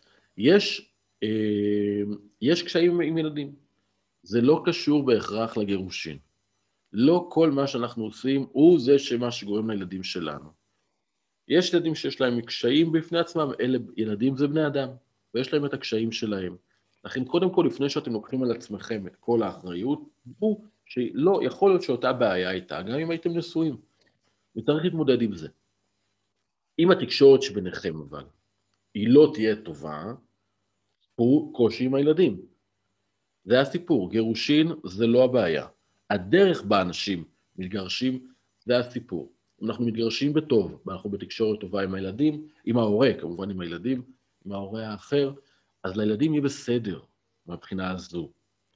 יש קשיים עם ילדים. זה לא קשור בהכרח לגירושין. לא כל מה שאנחנו עושים הוא זה שמה שגורם לילדים שלנו. יש ילדים שיש להם קשיים בפני עצמם, אלה ילדים זה בני אדם, ויש להם את הקשיים שלהם. לכן קודם כל, לפני שאתם לוקחים על עצמכם את כל האחריות, הוא שלא יכול להיות שאותה בעיה הייתה, גם אם הייתם נשואים. וצריך להתמודד עם זה. אם התקשורת שביניכם אבל, היא לא תהיה טובה, הוא קושי עם הילדים. זה הסיפור, גירושין זה לא הבעיה. הדרך בה אנשים מתגרשים, זה הסיפור. אם אנחנו מתגרשים בטוב, ואנחנו בתקשורת טובה עם הילדים, עם ההורה, כמובן עם הילדים, עם ההורה האחר, אז לילדים יהיה בסדר מהבחינה הזו.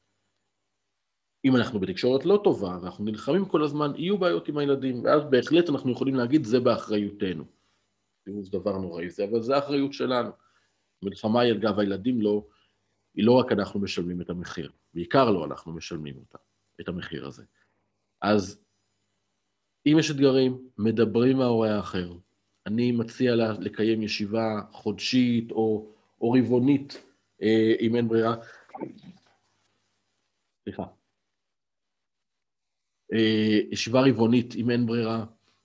אם אנחנו בתקשורת לא טובה, ואנחנו נלחמים כל הזמן, יהיו בעיות עם הילדים, ואז בהחלט אנחנו יכולים להגיד, זה באחריותנו. זה דבר נוראי זה, אבל זה האחריות שלנו. מלחמה היא אגב, הילדים לא, היא לא רק אנחנו משלמים את המחיר, בעיקר לא אנחנו משלמים אותה, את המחיר הזה. אז אם יש אתגרים, מדברים עם ההורה האחר. אני מציע לקיים ישיבה חודשית או רבעונית, אם אין ברירה. סליחה. ישיבה רבעונית, אם אין ברירה.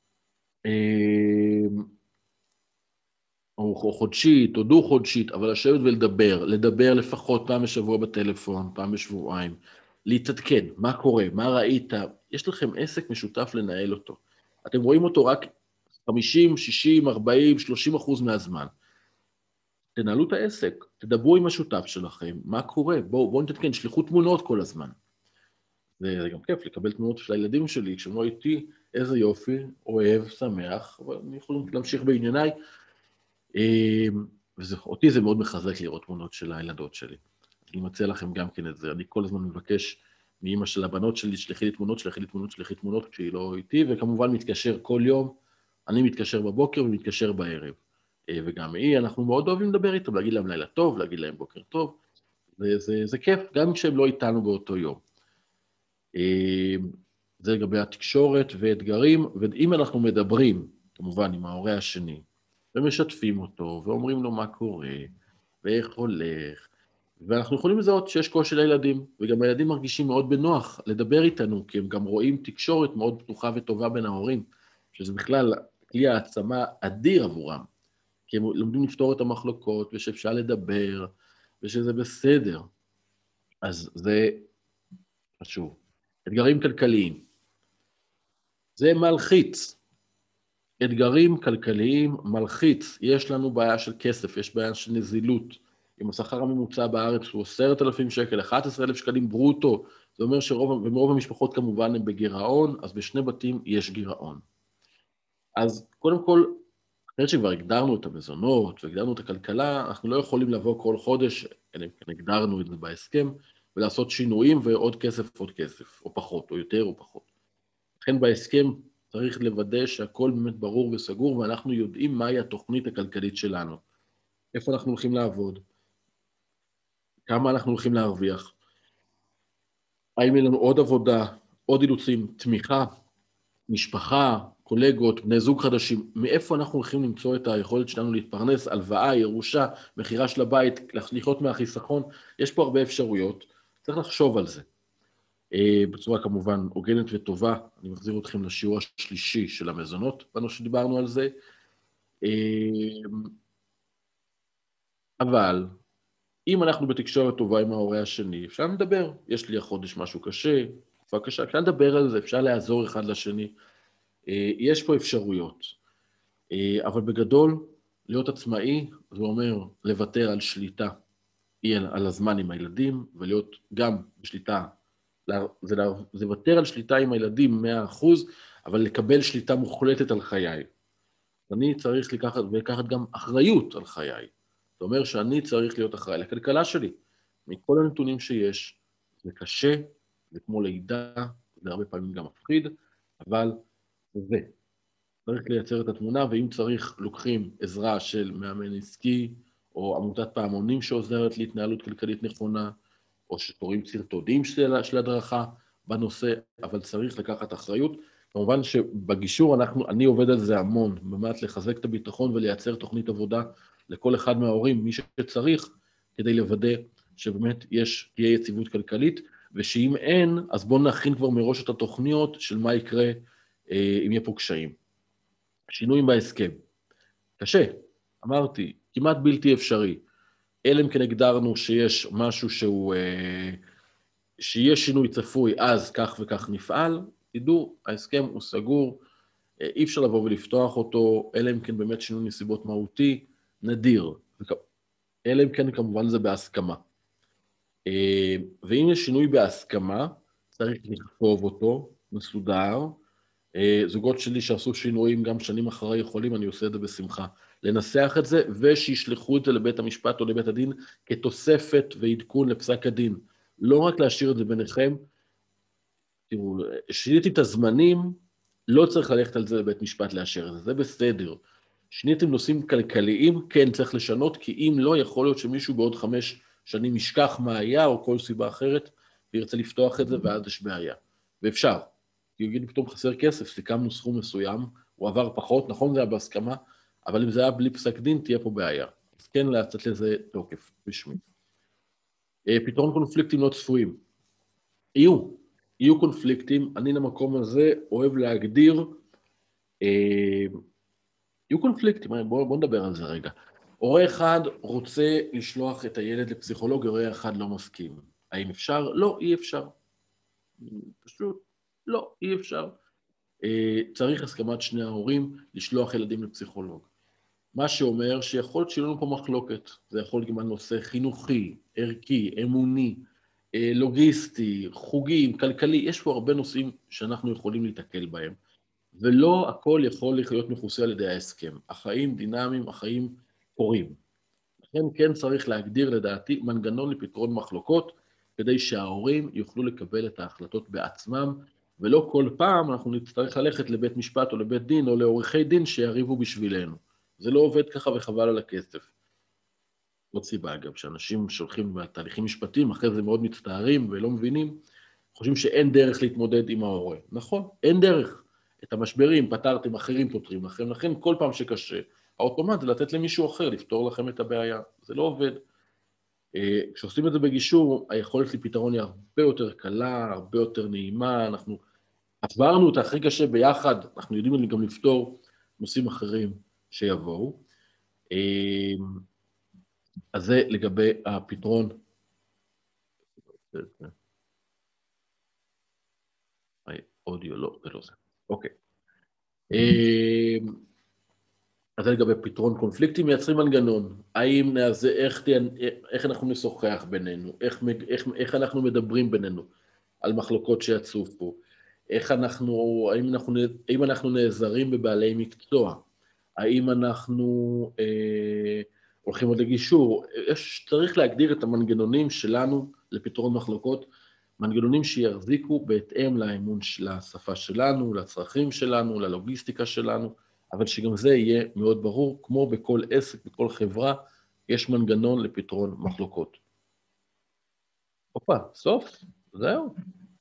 או חודשית, או דו-חודשית, אבל לשבת ולדבר, לדבר לפחות פעם בשבוע בטלפון, פעם בשבועיים, להתעדכן, מה קורה, מה ראית, יש לכם עסק משותף לנהל אותו. אתם רואים אותו רק 50, 60, 40, 30% מהזמן. תנהלו את העסק, תדברו עם השותף שלכם, מה קורה, בואו נתעדכן, שלחו תמונות כל הזמן. זה גם כיף לקבל תמונות של הילדים שלי, כשהם לא איתי, איזה יופי, אוהב, שמח, ואני יכול להמשיך בענייניי, ואותי זה מאוד מחזק לראות תמונות של הילדות שלי. אני מציע לכם גם כן את זה, אני כל הזמן מבקש מאמא של הבנות שלי, שלחי לי תמונות כשהיא לא איתי, וכמובן מתקשר כל יום, אני מתקשר בבוקר ומתקשר בערב. וגם היא, אנחנו מאוד אוהבים לדבר איתם, להגיד להם לילה טוב, להגיד להם בוקר טוב, זה כיף, גם כשהם לא איתנו באותו יום. זה לגבי התקשורת ואתגרים, ואם אנחנו מדברים, כמובן עם ההורה השני, ומשתפים אותו, ואומרים לו מה קורה, ואיך הולך, ואנחנו יכולים לזהות שיש קושי לילדים, וגם הילדים מרגישים מאוד בנוח לדבר איתנו, כי הם גם רואים תקשורת מאוד פתוחה וטובה בין ההורים, שזה בכלל כלי העצמה אדיר עבורם, כי הם לומדים לפתור את המחלוקות, ושאפשר לדבר, ושזה בסדר. אז זה חשוב. אתגרים כלכליים. זה מלחיץ. אתגרים כלכליים מלחיץ. יש לנו בעיה של כסף, יש בעיה של נזילות. אם השכר הממוצע בארץ הוא 10,000 שקל, 11,000 שקלים ברוטו, זה אומר ומרוב המשפחות כמובן הם בגירעון, אז בשני בתים יש גירעון. אז קודם כל, אחרי שכבר הגדרנו את המזונות והגדרנו את הכלכלה, אנחנו לא יכולים לבוא כל חודש, אלא אם כן הגדרנו את זה בהסכם, ולעשות שינויים ועוד כסף, או פחות, או יותר או פחות. לכן בהסכם צריך לוודא שהכל באמת ברור וסגור, ואנחנו יודעים מהי התוכנית הכלכלית שלנו. איפה אנחנו הולכים לעבוד, כמה אנחנו הולכים להרוויח, האם יהיה לנו עוד עבודה, עוד אילוצים, תמיכה, משפחה, קולגות, בני זוג חדשים, מאיפה אנחנו הולכים למצוא את היכולת שלנו להתפרנס, הלוואה, ירושה, מחירה של הבית, לחיות מהחיסכון, יש פה הרבה אפשרויות, צריך לחשוב על זה. בצורה כמובן הוגנת וטובה, אני מחזיר אתכם לשיעור השלישי של המזונות, בנו שדיברנו על זה, אבל אם אנחנו בתקשורת טובה עם ההורה השני, אפשר לדבר, יש לי החודש משהו קשה, תקופה קשה, אפשר לדבר על זה, אפשר לעזור אחד לשני, יש פה אפשרויות, אבל בגדול, להיות עצמאי, זה אומר לוותר על שליטה, על הזמן עם הילדים, ולהיות גם בשליטה, זה לוותר על שליטה עם הילדים 100%, אבל לקבל שליטה מוחלטת על חיי. אני צריך לקחת גם אחריות על חיי. זאת אומרת שאני צריך להיות אחראי לכלכלה שלי. מכל הנתונים שיש, זה קשה, זה כמו לידה, זה הרבה פעמים גם מפחיד, אבל זה. צריך לייצר את התמונה, ואם צריך, לוקחים עזרה של מאמן עסקי, או עמותת פעמונים שעוזרת להתנהלות כלכלית נכונה, או שקוראים סרטונים של הדרכה בנושא, אבל צריך לקחת אחריות. כמובן שבגישור אני עובד על זה המון, באמת לחזק את הביטחון ולייצר תוכנית עבודה לכל אחד מההורים, מי שצריך, כדי לוודא שבאמת תהיה יציבות כלכלית, ושאם אין, אז בואו נכין כבר מראש את התוכניות של מה יקרה אם יהיה פה קשיים. שינויים בהסכם. קשה, אמרתי, כמעט בלתי אפשרי. אלא אם כן הגדרנו שיש משהו שיש שינוי צפוי, אז כך וכך נפעל, תדעו, ההסכם הוא סגור, אי אפשר לבוא ולפתוח אותו, אלא אם כן באמת שינוי נסיבות מהותי, נדיר. אלא אם כן כמובן זה בהסכמה. ואם יש שינוי בהסכמה, צריך לכתוב אותו, מסודר. זוגות שלי שעשו שינויים גם שנים אחרי יכולים, אני עושה את זה בשמחה. לנסח את זה, ושישלחו את זה לבית המשפט או לבית הדין, כתוספת ועדכון לפסק הדין. לא רק להשאיר את זה ביניכם, תראו, שיניתי את הזמנים, לא צריך ללכת על זה לבית משפט לאשר את זה, זה בסדר. שיניתם נושאים כלכליים, כן צריך לשנות, כי אם לא, יכול להיות שמישהו בעוד 5 שנים ישכח מה היה, או כל סיבה אחרת, וירצה לפתוח את זה, ואז יש בעיה. ואפשר. כי יגיד פתאום חסר כסף, סיכמנו סכום מסוים, הוא עבר פחות, נכון זה היה בהסכמה, אבל אם זה היה בלי פסק דין, תהיה פה בעיה. אז כן, לתת לזה תוקף, בשמי. פתרון קונפליקטים לא צפויים. יהיו קונפליקטים, אני למקום הזה אוהב להגדיר, יהיו קונפליקטים, בואו נדבר על זה רגע. הורה אחד רוצה לשלוח את הילד לפסיכולוג, הורה אחד לא מסכים. האם אפשר? לא, אי אפשר. פשוט, לא, אי אפשר. צריך הסכמת שני ההורים לשלוח ילדים לפסיכולוג. מה שאומר שיכול להיות שיהיה לנו פה מחלוקת, זה יכול להיות גם על נושא חינוכי, ערכי, אמוני, לוגיסטי, חוגי, כלכלי, יש פה הרבה נושאים שאנחנו יכולים להתקל בהם, ולא הכל יכול להיות מכוסה על ידי ההסכם. החיים דינמיים, החיים קורים. לכן כן צריך להגדיר לדעתי מנגנון לפתרון מחלוקות, כדי שההורים יוכלו לקבל את ההחלטות בעצמם, ולא כל פעם אנחנו נצטרך ללכת לבית משפט או לבית דין או לעורכי דין שיריבו בשבילנו. זה לא עובד ככה וחבל על הכסף. עוד סיבה אגב, שאנשים שהולכים בתהליכים משפטיים, אחרי זה מאוד מצטערים ולא מבינים, חושבים שאין דרך להתמודד עם ההורה. נכון, אין דרך. את המשברים פתרתם, אחרים פותרים לכם, לכן כל פעם שקשה, האוטומט זה לתת למישהו אחר לפתור לכם את הבעיה. זה לא עובד. כשעושים את זה בגישור, היכולת לפתרון היא הרבה יותר קלה, הרבה יותר נעימה, אנחנו עברנו את הכי קשה ביחד, אנחנו יודעים גם לפתור נושאים אחרים שיבואו. אז זה לגבי הפתרון אודיו, לא, זה לא זה. אוקיי. אז זה לגבי פתרון קונפליקטים, מייצרים מנגנון. האם נעזה, איך אנחנו נשוחח בינינו, איך אנחנו מדברים בינינו על מחלוקות שיצופו, האם אנחנו נעזרים בבעלי מקצוע, האם אנחנו הולכים עוד לגישור, צריך להגדיר את המנגנונים שלנו לפתרון מחלוקות, מנגנונים שיחזיקו בהתאם לאמון לשפה שלנו, לצרכים שלנו, ללוגיסטיקה שלנו, אבל שגם זה יהיה מאוד ברור, כמו בכל עסק, בכל חברה, יש מנגנון לפתרון מחלוקות. הופה, סוף, זהו.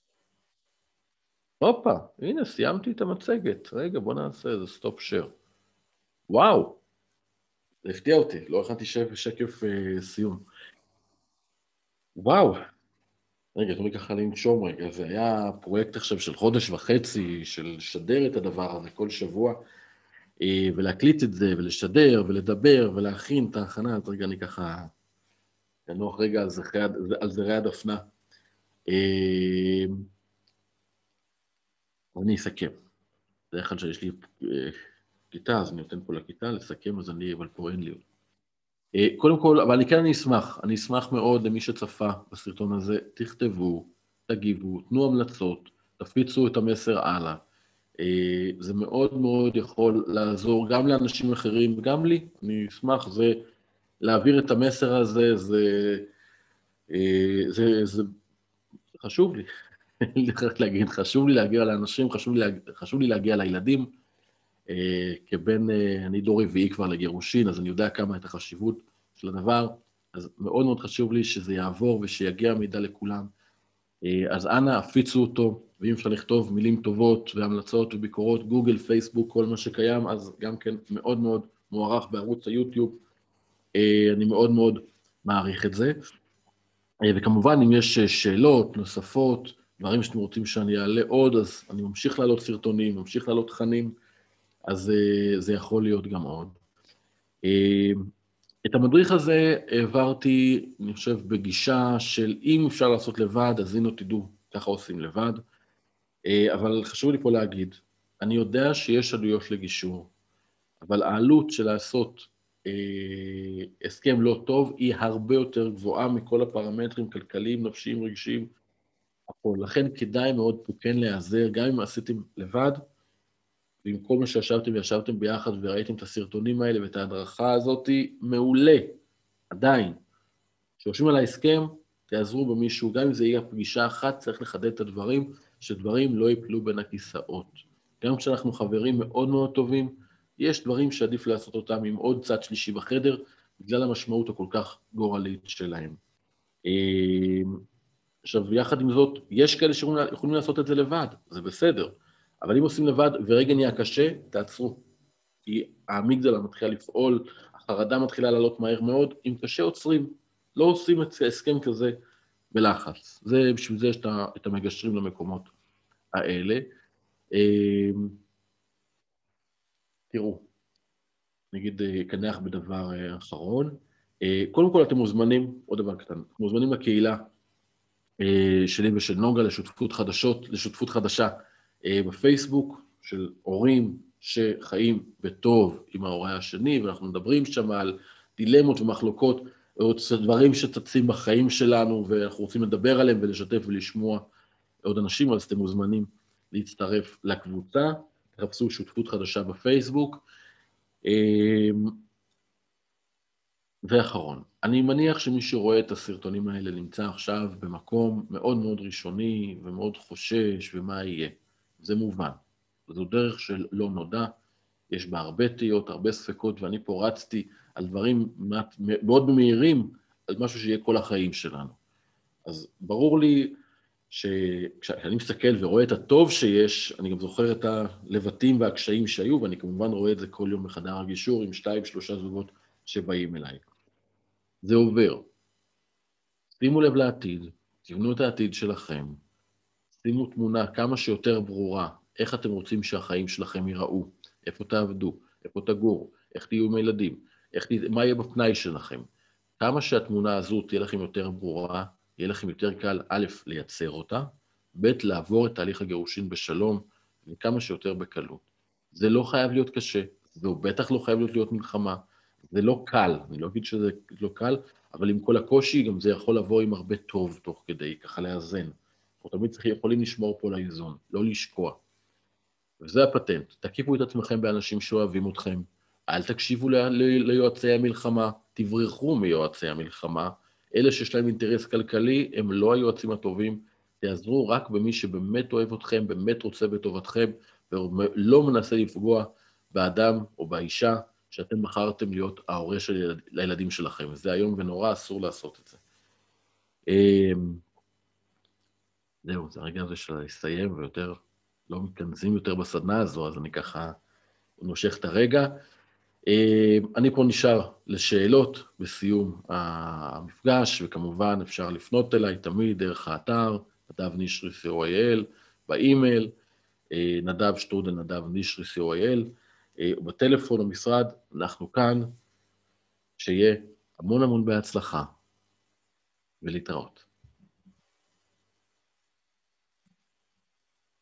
הופה, הנה, סיימתי את המצגת. רגע, בוא נעשה איזה סטופ שייר. וואו, זה הפתיע אותי, לא הכנתי שקף סיום. וואו, רגע, תנו לי ככה לנשום רגע, זה היה פרויקט עכשיו של חודש וחצי, של לשדר את הדבר הזה כל שבוע, ולהקליט את זה, ולשדר, ולדבר, ולהכין את ההכנה, אז רגע, אני ככה אנוח רגע על זרי הדפנה. אני אסכם. בדרך כלל שיש לי כיתה, אז אני נותן פה לכיתה לסכם, אז אבל פה אין לי. קודם כל, אבל אני אשמח מאוד למי שצפה בסרטון הזה, תכתבו, תגיבו, תנו המלצות, תפיצו את המסר הלאה. זה מאוד מאוד יכול לעזור גם לאנשים אחרים וגם לי, אני אשמח, זה להעביר את המסר הזה, זה חשוב לי, להגיד, חשוב לי להגיע לאנשים, חשוב לי להגיע לילדים, כבן, אני דור רביעי כבר לגירושין, אז אני יודע כמה את החשיבות של הדבר, אז מאוד מאוד חשוב לי שזה יעבור ושיגיע מידע לכולם, אז אנא, הפיצו אותו, ואם אפשר לכתוב מילים טובות והמלצות וביקורות, גוגל, פייסבוק, כל מה שקיים, אז גם כן מאוד מאוד מוערך בערוץ היוטיוב, אני מאוד מאוד מעריך את זה, וכמובן אם יש שאלות נוספות, דברים שאתם רוצים שאני אעלה עוד, אז אני ממשיך לעלות סרטונים, ממשיך לעלות תכנים, אז זה יכול להיות גם עוד. את המדריך הזה העברתי, אני חושב, בגישה של אם אפשר לעשות לבד, אז הנה תדעו, ככה עושים לבד. אבל חשוב לי פה להגיד, אני יודע שיש עלויות לגישור, אבל העלות של לעשות הסכם לא טוב היא הרבה יותר גבוהה מכל הפרמטרים כלכליים, נפשיים, רגשיים, הכל. לכן כדאי מאוד פה כן להיעזר, גם אם עשיתם לבד, ועם כל מה שישבתם ביחד וראיתם את הסרטונים האלה ואת ההדרכה הזאת, מעולה, עדיין. כשיושבים על ההסכם, תעזרו במישהו, גם אם זה יהיה פגישה אחת, צריך לחדד את הדברים, שדברים לא ייפלו בין הכיסאות. גם כשאנחנו חברים מאוד מאוד טובים, יש דברים שעדיף לעשות אותם עם עוד צד שלישי בחדר, בגלל המשמעות הכל כך גורלית שלהם. עכשיו, יחד עם זאת, יש כאלה שיכולים לעשות את זה לבד, זה בסדר. אבל אם עושים לבד ורגע נהיה קשה, תעצרו. כי האמיגדלה מתחילה לפעול, החרדה מתחילה לעלות מהר מאוד, אם קשה עוצרים, לא עושים את הסכם כזה בלחץ. זה בשביל זה יש את המגשרים למקומות האלה. תראו, נגיד כנח בדבר אחרון. קודם כל אתם מוזמנים, עוד דבר קטן, מוזמנים לקהילה שלי ושל נוגה לשותפות חדשה בפייסבוק של הורים שחיים בטוב עם ההורה השני, ואנחנו מדברים שם על דילמות ומחלוקות, או דברים שצצים בחיים שלנו, ואנחנו רוצים לדבר עליהם ולשתף ולשמוע עוד אנשים, אז אתם מוזמנים להצטרף לקבוצה, תחפשו שותפות חדשה בפייסבוק. ואחרון, אני מניח שמי שרואה את הסרטונים האלה נמצא עכשיו במקום מאוד מאוד ראשוני ומאוד חושש ומה יהיה. זה מובן. זו דרך של לא נודע, יש בה הרבה תהיות, הרבה ספקות, ואני פה רצתי על דברים מאוד במהירים, על משהו שיהיה כל החיים שלנו. אז ברור לי שכשאני מסתכל ורואה את הטוב שיש, אני גם זוכר את הלבטים והקשיים שהיו, ואני כמובן רואה את זה כל יום בחדר הגישור עם 2-3 זוגות שבאים אליי. זה עובר. שימו לב לעתיד, תבנו את העתיד שלכם, שימו תמונה כמה שיותר ברורה, איך אתם רוצים שהחיים שלכם ייראו, איפה תעבדו, איפה תגורו, איך תהיו עם הילדים, מה יהיה בפנאי שלכם. כמה שהתמונה הזו תהיה לכם יותר ברורה, יהיה לכם יותר קל, א', לייצר אותה, ב', לעבור את תהליך הגירושין בשלום, וכמה שיותר בקלות. זה לא חייב להיות קשה, זה בטח לא חייב להיות מלחמה, זה לא קל, אני לא אגיד שזה לא קל, אבל עם כל הקושי, גם זה יכול לבוא עם הרבה טוב תוך כדי, ככה לאזן. אנחנו תמיד יכולים לשמור פה לאיזון, לא לשקוע. וזה הפטנט, תקיפו את עצמכם באנשים שאוהבים אתכם, אל תקשיבו ליועצי המלחמה, תברחו מיועצי המלחמה, אלה שיש להם אינטרס כלכלי, הם לא היועצים הטובים, תעזרו רק במי שבאמת אוהב אתכם, באמת רוצה בטובתכם, ולא מנסה לפגוע באדם או באישה שאתם בחרתם להיות ההורה של הילדים שלכם. זה איום ונורא, אסור לעשות את זה. זהו, זה הרגע הזה של להסתיים, ויותר לא מתכנסים יותר בסדנה הזו, אז אני ככה נושך את הרגע. אני פה נשאר לשאלות בסיום המפגש, וכמובן אפשר לפנות אליי תמיד דרך האתר, נדב נשרי co.il, באימייל, נדב שטרודל נדב נשרי co.il, ובטלפון המשרד, אנחנו כאן, שיהיה המון המון בהצלחה, ולהתראות.